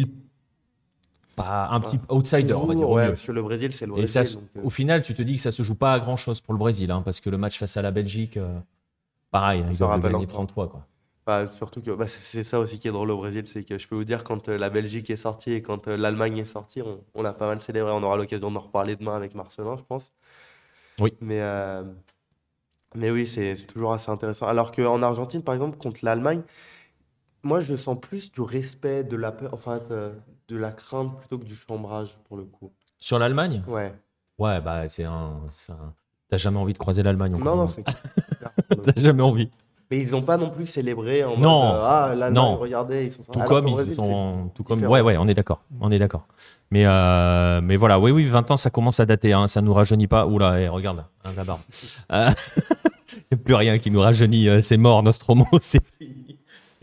pas un petit Enfin, outsider, on va dire toujours, au ouais, mieux. parce que le Brésil, c'est le Et ça, Brésil. se- Donc, euh, au final, tu te dis que ça se joue pas à grand chose pour le Brésil, hein, parce que le match face à la Belgique, euh, pareil, hein, on ils se doivent le rappelle gagner encore. trente fois, quoi. Bah, surtout que bah, c'est c'est ça aussi qui est drôle au Brésil, c'est que je peux vous dire, quand euh, la Belgique est sortie et quand euh, l'Allemagne est sortie, on, on a pas mal célébré. On aura l'occasion d'en reparler demain avec Marcelin, je pense. Oui. Mais, euh, mais oui, c'est c'est toujours assez intéressant. Alors qu'en Argentine, par exemple, contre l'Allemagne, moi, je sens plus du respect, de la peur, enfin, euh, de la crainte plutôt que du chambrage, pour le coup. Sur l'Allemagne, Ouais. ouais, bah c'est un, c'est un- t'as jamais envie de croiser l'Allemagne encore Non, non, moins. c'est c'est clair, pour le T'as coup. jamais envie. Mais ils n'ont pas non plus célébré en mode Non, euh, ah, l'Allemagne, non. regardez, ils sont sortis. Tout Alors comme qu'au ils se Brésil, c'est sont, tout comme, ouais, différent. ouais, on est d'accord, on est d'accord. Mais, euh, mais voilà, oui, oui, vingt ans, ça commence à dater, hein, ça nous rajeunit pas. Oula, eh, regarde, hein, la barbe. Euh, Il n'y a plus rien qui nous rajeunit, euh, c'est mort, Nostromo, c'est fini.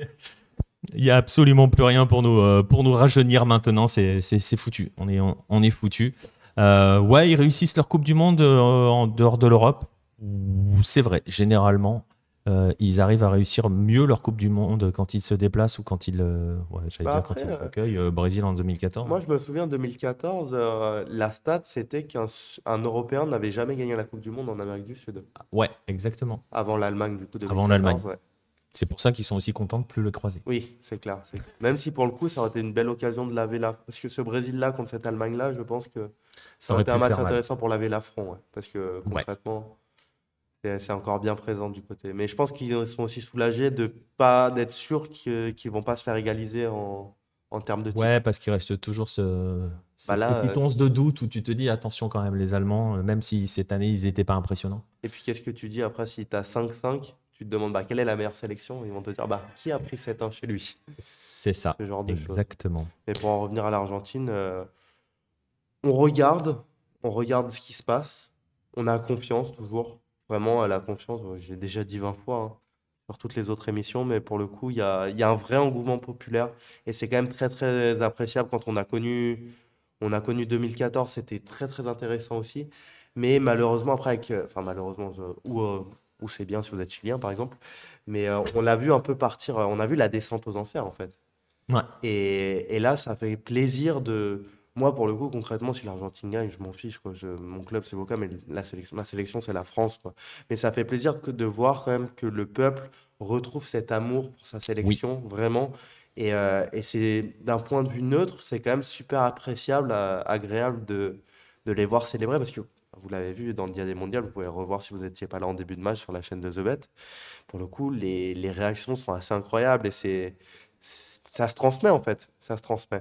Il n'y a absolument plus rien pour nous, euh, pour nous rajeunir maintenant, c'est, c'est, c'est foutu, on est, on, on est foutu. Euh, ouais, ils réussissent leur Coupe du Monde euh, en dehors de l'Europe. C'est vrai, généralement, euh, ils arrivent à réussir mieux leur Coupe du Monde quand ils se déplacent ou quand ils, euh, ouais, j'allais Bah dire quand après, ils euh, accueillent euh, Brésil en deux mille quatorze. moi je me souviens deux mille quatorze, euh, la stat c'était qu'un s- un Européen n'avait jamais gagné la Coupe du Monde en Amérique du Sud. Ouais, exactement. Avant l'Allemagne, du coup, Avant l'Allemagne. deux mille quatorze, ouais. C'est pour ça qu'ils sont aussi contents de plus le croiser. Oui, c'est clair, c'est clair. Même si pour le coup, ça aurait été une belle occasion de laver la. Parce que ce Brésil-là contre cette Allemagne-là, je pense que Ça ça aurait aurait été pu un match faire mal. intéressant pour laver l'affront, ouais. Parce que Ouais. concrètement, c'est c'est encore bien présent du côté. Mais je pense qu'ils sont aussi soulagés de pas d'être sûrs que- qu'ils vont pas se faire égaliser en, en termes de Ouais, titres. parce qu'il reste toujours ce, Bah cette là, petite euh, once de doute où tu te dis attention quand même, les Allemands, euh, même si cette année ils n'étaient pas impressionnants. et puis qu'est-ce que tu dis après si tu as cinq cinq, tu te demandes bah, quelle est la meilleure sélection? Ils vont te dire bah, qui a pris sept un chez lui? C'est ça, Ce genre de choses. exactement. Mais pour en revenir à l'Argentine, euh, on regarde, on regarde ce qui se passe. On a confiance toujours. Vraiment, à la confiance, euh, j'ai déjà dit vingt fois hein, sur toutes les autres émissions, mais pour le coup, il y a, il y a un vrai engouement populaire et c'est quand même très très appréciable quand on a connu, on a connu deux mille quatorze, c'était très très intéressant aussi. Mais malheureusement, après, avec, euh, enfin malheureusement, euh, ou, euh, ou c'est bien si vous êtes chilien par exemple, mais euh, on l'a vu un peu partir, euh, on a vu la descente aux enfers en fait. Ouais, Et, et là, ça fait plaisir de. Moi, pour le coup, concrètement, si l'Argentine gagne, je m'en fiche, quoi. Je- mon club, c'est Boca, mais la sélection, ma sélection, c'est la France, quoi. Mais ça fait plaisir que de voir quand même que le peuple retrouve cet amour pour sa oui, sélection, vraiment. Et, euh, et c'est d'un point de vue neutre, c'est quand même super appréciable, euh, agréable de, de les voir célébrer, parce que vous l'avez vu dans le Dia des Mondiales, vous pouvez revoir si vous n'étiez pas là en début de match sur la chaîne de The Bet. Pour le coup, les, les réactions sont assez incroyables et c'est, c'est- ça se transmet en fait. Ça se transmet.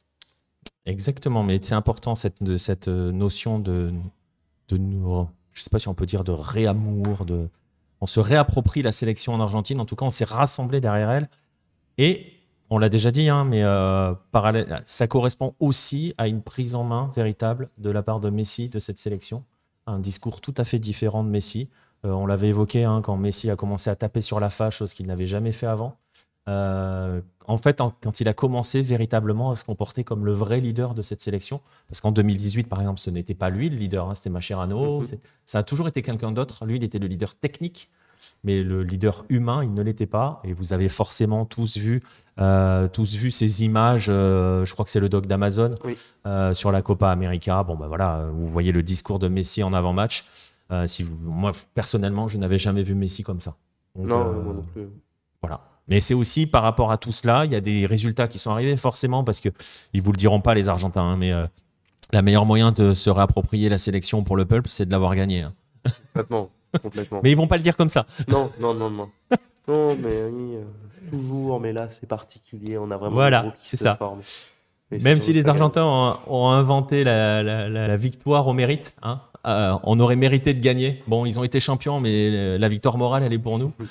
exactement. Mais c'est important cette, de, cette euh, notion de, de nous, je sais pas si on peut dire de réamour, de, on se réapproprie la sélection en Argentine. En tout cas, on s'est rassemblés derrière elle. Et on l'a déjà dit, hein, mais euh, parallèle, ça correspond aussi à une prise en main véritable de la part de Messi de cette sélection. Un discours tout à fait différent de Messi. Euh, on l'avait évoqué hein, quand Messi a commencé à taper sur la face, chose qu'il n'avait jamais fait avant. Euh, en fait, en- quand il a commencé véritablement à se comporter comme le vrai leader de cette sélection, parce qu'en deux mille dix-huit, par exemple, ce n'était pas lui le leader, hein, c'était Mascherano. Mhm. c'est- Ça a toujours été quelqu'un d'autre. Lui, il était le leader technique, mais le leader humain, il ne l'était pas. Et vous avez forcément tous vu, euh, tous vu ces images. Euh, je crois que c'est le doc d'Amazon Oui. euh, sur la Copa América. Bon, ben voilà, vous voyez le discours de Messi en avant-match. Euh, si vous- moi, personnellement, je n'avais jamais vu Messi comme ça. Donc, Non, euh, moi non plus. voilà. Mais c'est aussi par rapport à tout cela, il y a des résultats qui sont arrivés forcément parce qu'ils ne vous le diront pas les Argentins, hein, mais euh, la meilleure moyen de se réapproprier la sélection pour le peuple, c'est de l'avoir gagné. Hein. Complètement, complètement. Mais ils vont pas le dire comme ça. Non, non, non, non. Non, mais oui, euh, toujours, mais là, c'est particulier. On a vraiment Voilà, le groupe qui c'est se ça. forme. Mais Même sinon, si les ça gagne. Argentins ont, ont inventé la, la- la- la victoire au mérite, hein, euh, on aurait mérité de gagner. Bon, ils ont été champions, mais la victoire morale, elle est pour nous.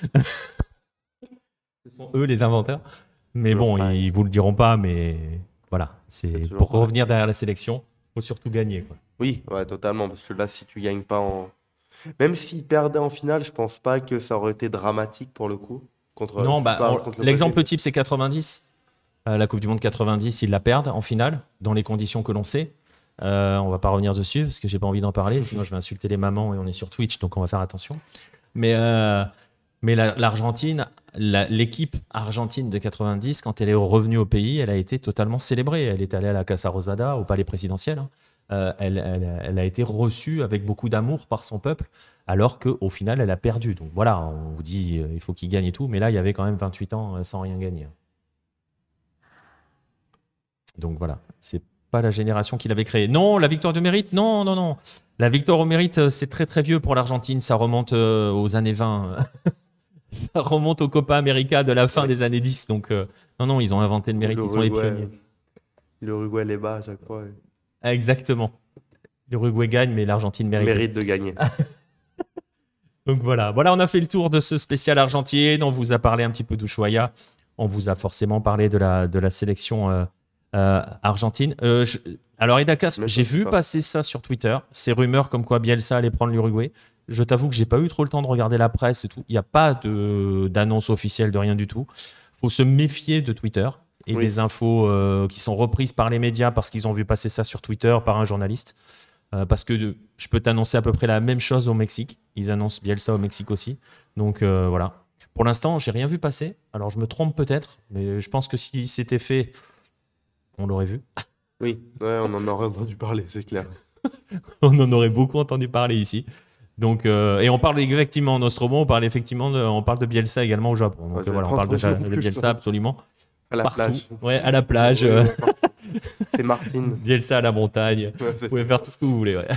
Ce sont eux les inventeurs. Mais Toujours bon, pareil. ils vous le diront pas, mais voilà. C'est C'est toujours pour pareil. revenir derrière la sélection, faut surtout gagner, quoi. Oui, ouais, totalement. Parce que là, si tu gagnes pas en. Même s'ils perdaient en finale, je pense pas que ça aurait été dramatique pour le coup. Contre, Non, je bah, parle on- contre le l'exemple Brésil. type, c'est quatre-vingt-dix. Euh, la Coupe du Monde quatre-vingt-dix, ils la perdent en finale, dans les conditions que l'on sait. Euh, on va pas revenir dessus, parce que j'ai pas envie d'en parler, sinon je vais insulter les mamans et on est sur Twitch, donc on va faire attention. Mais, euh, mais la- l'Argentine, la- l'équipe argentine de quatre-vingt-dix, quand elle est revenue au pays, elle a été totalement célébrée. Elle est allée à la Casa Rosada, au palais présidentiel. Hein. Euh, elle, elle- elle a été reçue avec beaucoup d'amour par son peuple, alors qu'au final, elle a perdu. Donc voilà, on vous dit, euh, il faut qu'il gagne et tout, mais là, il y avait quand même vingt-huit ans euh, sans rien gagner. Donc voilà, c'est pas la génération qui l'avait créé. Non, la victoire de mérite, non, non, non. La victoire au mérite, euh, c'est très très vieux pour l'Argentine. Ça remonte euh, aux années vingt. Ça remonte au Copa América de la fin Ouais. des années dix. Donc euh, non, non, ils ont inventé le mérite, ils sont les L'Uruguay, pionniers. l'Uruguay les bat à chaque fois. ouais. Exactement. L'Uruguay gagne, mais l'Argentine mérite. Mérite de gagner. Donc voilà, voilà, on a fait le tour de ce spécial Argentine. On vous a parlé un petit peu d'Ushuaïa. On vous a forcément parlé de la, de la sélection euh, euh, argentine. Euh, je- alors, Idakas, Mais j'ai c'est vu ça. passer ça sur Twitter, ces rumeurs comme quoi Bielsa allait prendre l'Uruguay. Je t'avoue que j'ai pas eu trop le temps de regarder la presse et tout. Il n'y a pas de- d'annonce officielle de rien du tout. Faut se méfier de Twitter et Oui. des infos euh, qui sont reprises par les médias parce qu'ils ont vu passer ça sur Twitter par un journaliste. Euh, parce que de- je peux t'annoncer à peu près la même chose au Mexique. Ils annoncent Bielsa au Mexique aussi. Donc euh, voilà. Pour l'instant, j'ai rien vu passer. Alors je me trompe peut-être, mais je pense que si c'était fait, on l'aurait vu. Oui, ouais, on en aurait entendu parler, c'est clair. On en aurait beaucoup entendu parler ici. Donc, euh, et on parle effectivement en Nostromo, on parle effectivement de, on parle de Bielsa également au Japon. Donc Ouais, euh, j'avais voilà, on pas parle de, entendu non de plus, Bielsa ça. absolument. À la Partout. plage. Ouais, à la plage, Ouais, euh, ouais, partout. C'est Martine. Bielsa à la montagne. Ouais, c'est Vous pouvez ça. faire tout ce que vous voulez. Ouais.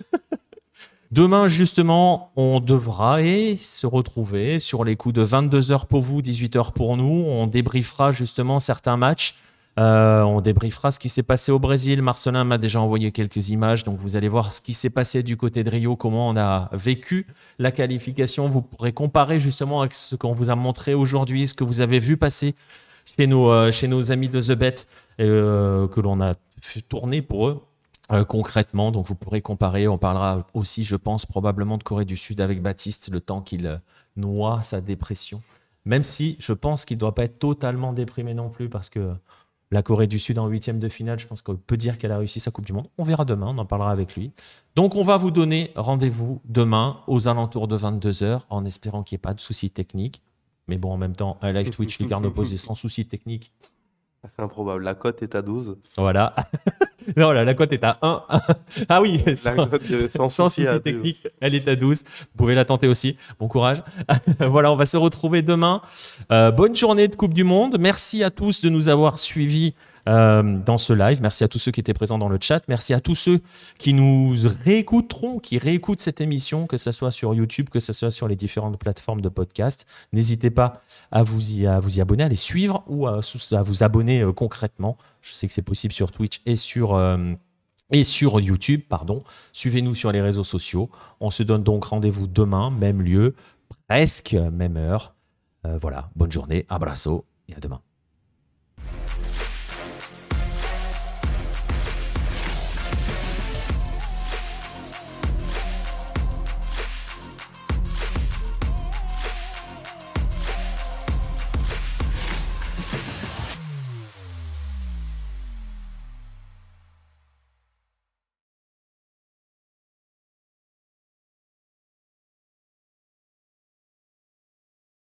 Demain, justement, on devra et se retrouver sur les coups de vingt-deux heures pour vous, dix-huit heures pour nous. On débriefera justement certains matchs. Euh, on débriefera ce qui s'est passé au Brésil. Marcelin m'a déjà envoyé quelques images, donc vous allez voir ce qui s'est passé du côté de Rio, comment on a vécu la qualification. Vous pourrez comparer justement avec ce qu'on vous a montré aujourd'hui, ce que vous avez vu passer chez nos, euh, chez nos amis de The Bet, euh, que l'on a fait tourner pour eux. Euh, concrètement, donc vous pourrez comparer. On parlera aussi, je pense, probablement de Corée du Sud avec Baptiste, le temps qu'il euh, noie sa dépression. Même si je pense qu'il ne doit pas être totalement déprimé non plus, parce que la Corée du Sud en huitième de finale, je pense qu'on peut dire qu'elle a réussi sa Coupe du Monde. On verra demain, on en parlera avec lui. Donc on va vous donner rendez-vous demain aux alentours de vingt-deux heures, en espérant qu'il n'y ait pas de soucis techniques. Mais bon, en même temps, un live Twitch Lucarno posé sans soucis techniques. C'est improbable. La cote est à douze. Voilà. Non, là, la cote est à un. Ah oui, sans, La cote de- sans, sans souci souci à douze. technique, elle est à douze. Vous pouvez la tenter aussi. Bon courage. Voilà, on va se retrouver demain. Euh, bonne journée de Coupe du Monde. Merci à tous de nous avoir suivis euh, dans ce live. Merci à tous ceux qui étaient présents dans le chat. Merci à tous ceux qui nous réécouteront, qui réécoutent cette émission, que ce soit sur YouTube, que ce soit sur les différentes plateformes de podcast. N'hésitez pas à vous y, à vous y abonner, à les suivre ou à, à vous abonner euh, concrètement. Je sais que c'est possible sur Twitch et sur, euh, et sur YouTube. Pardon. Suivez-nous sur les réseaux sociaux. On se donne donc rendez-vous demain, même lieu, presque même heure. Euh, voilà, bonne journée, abrazo et à demain.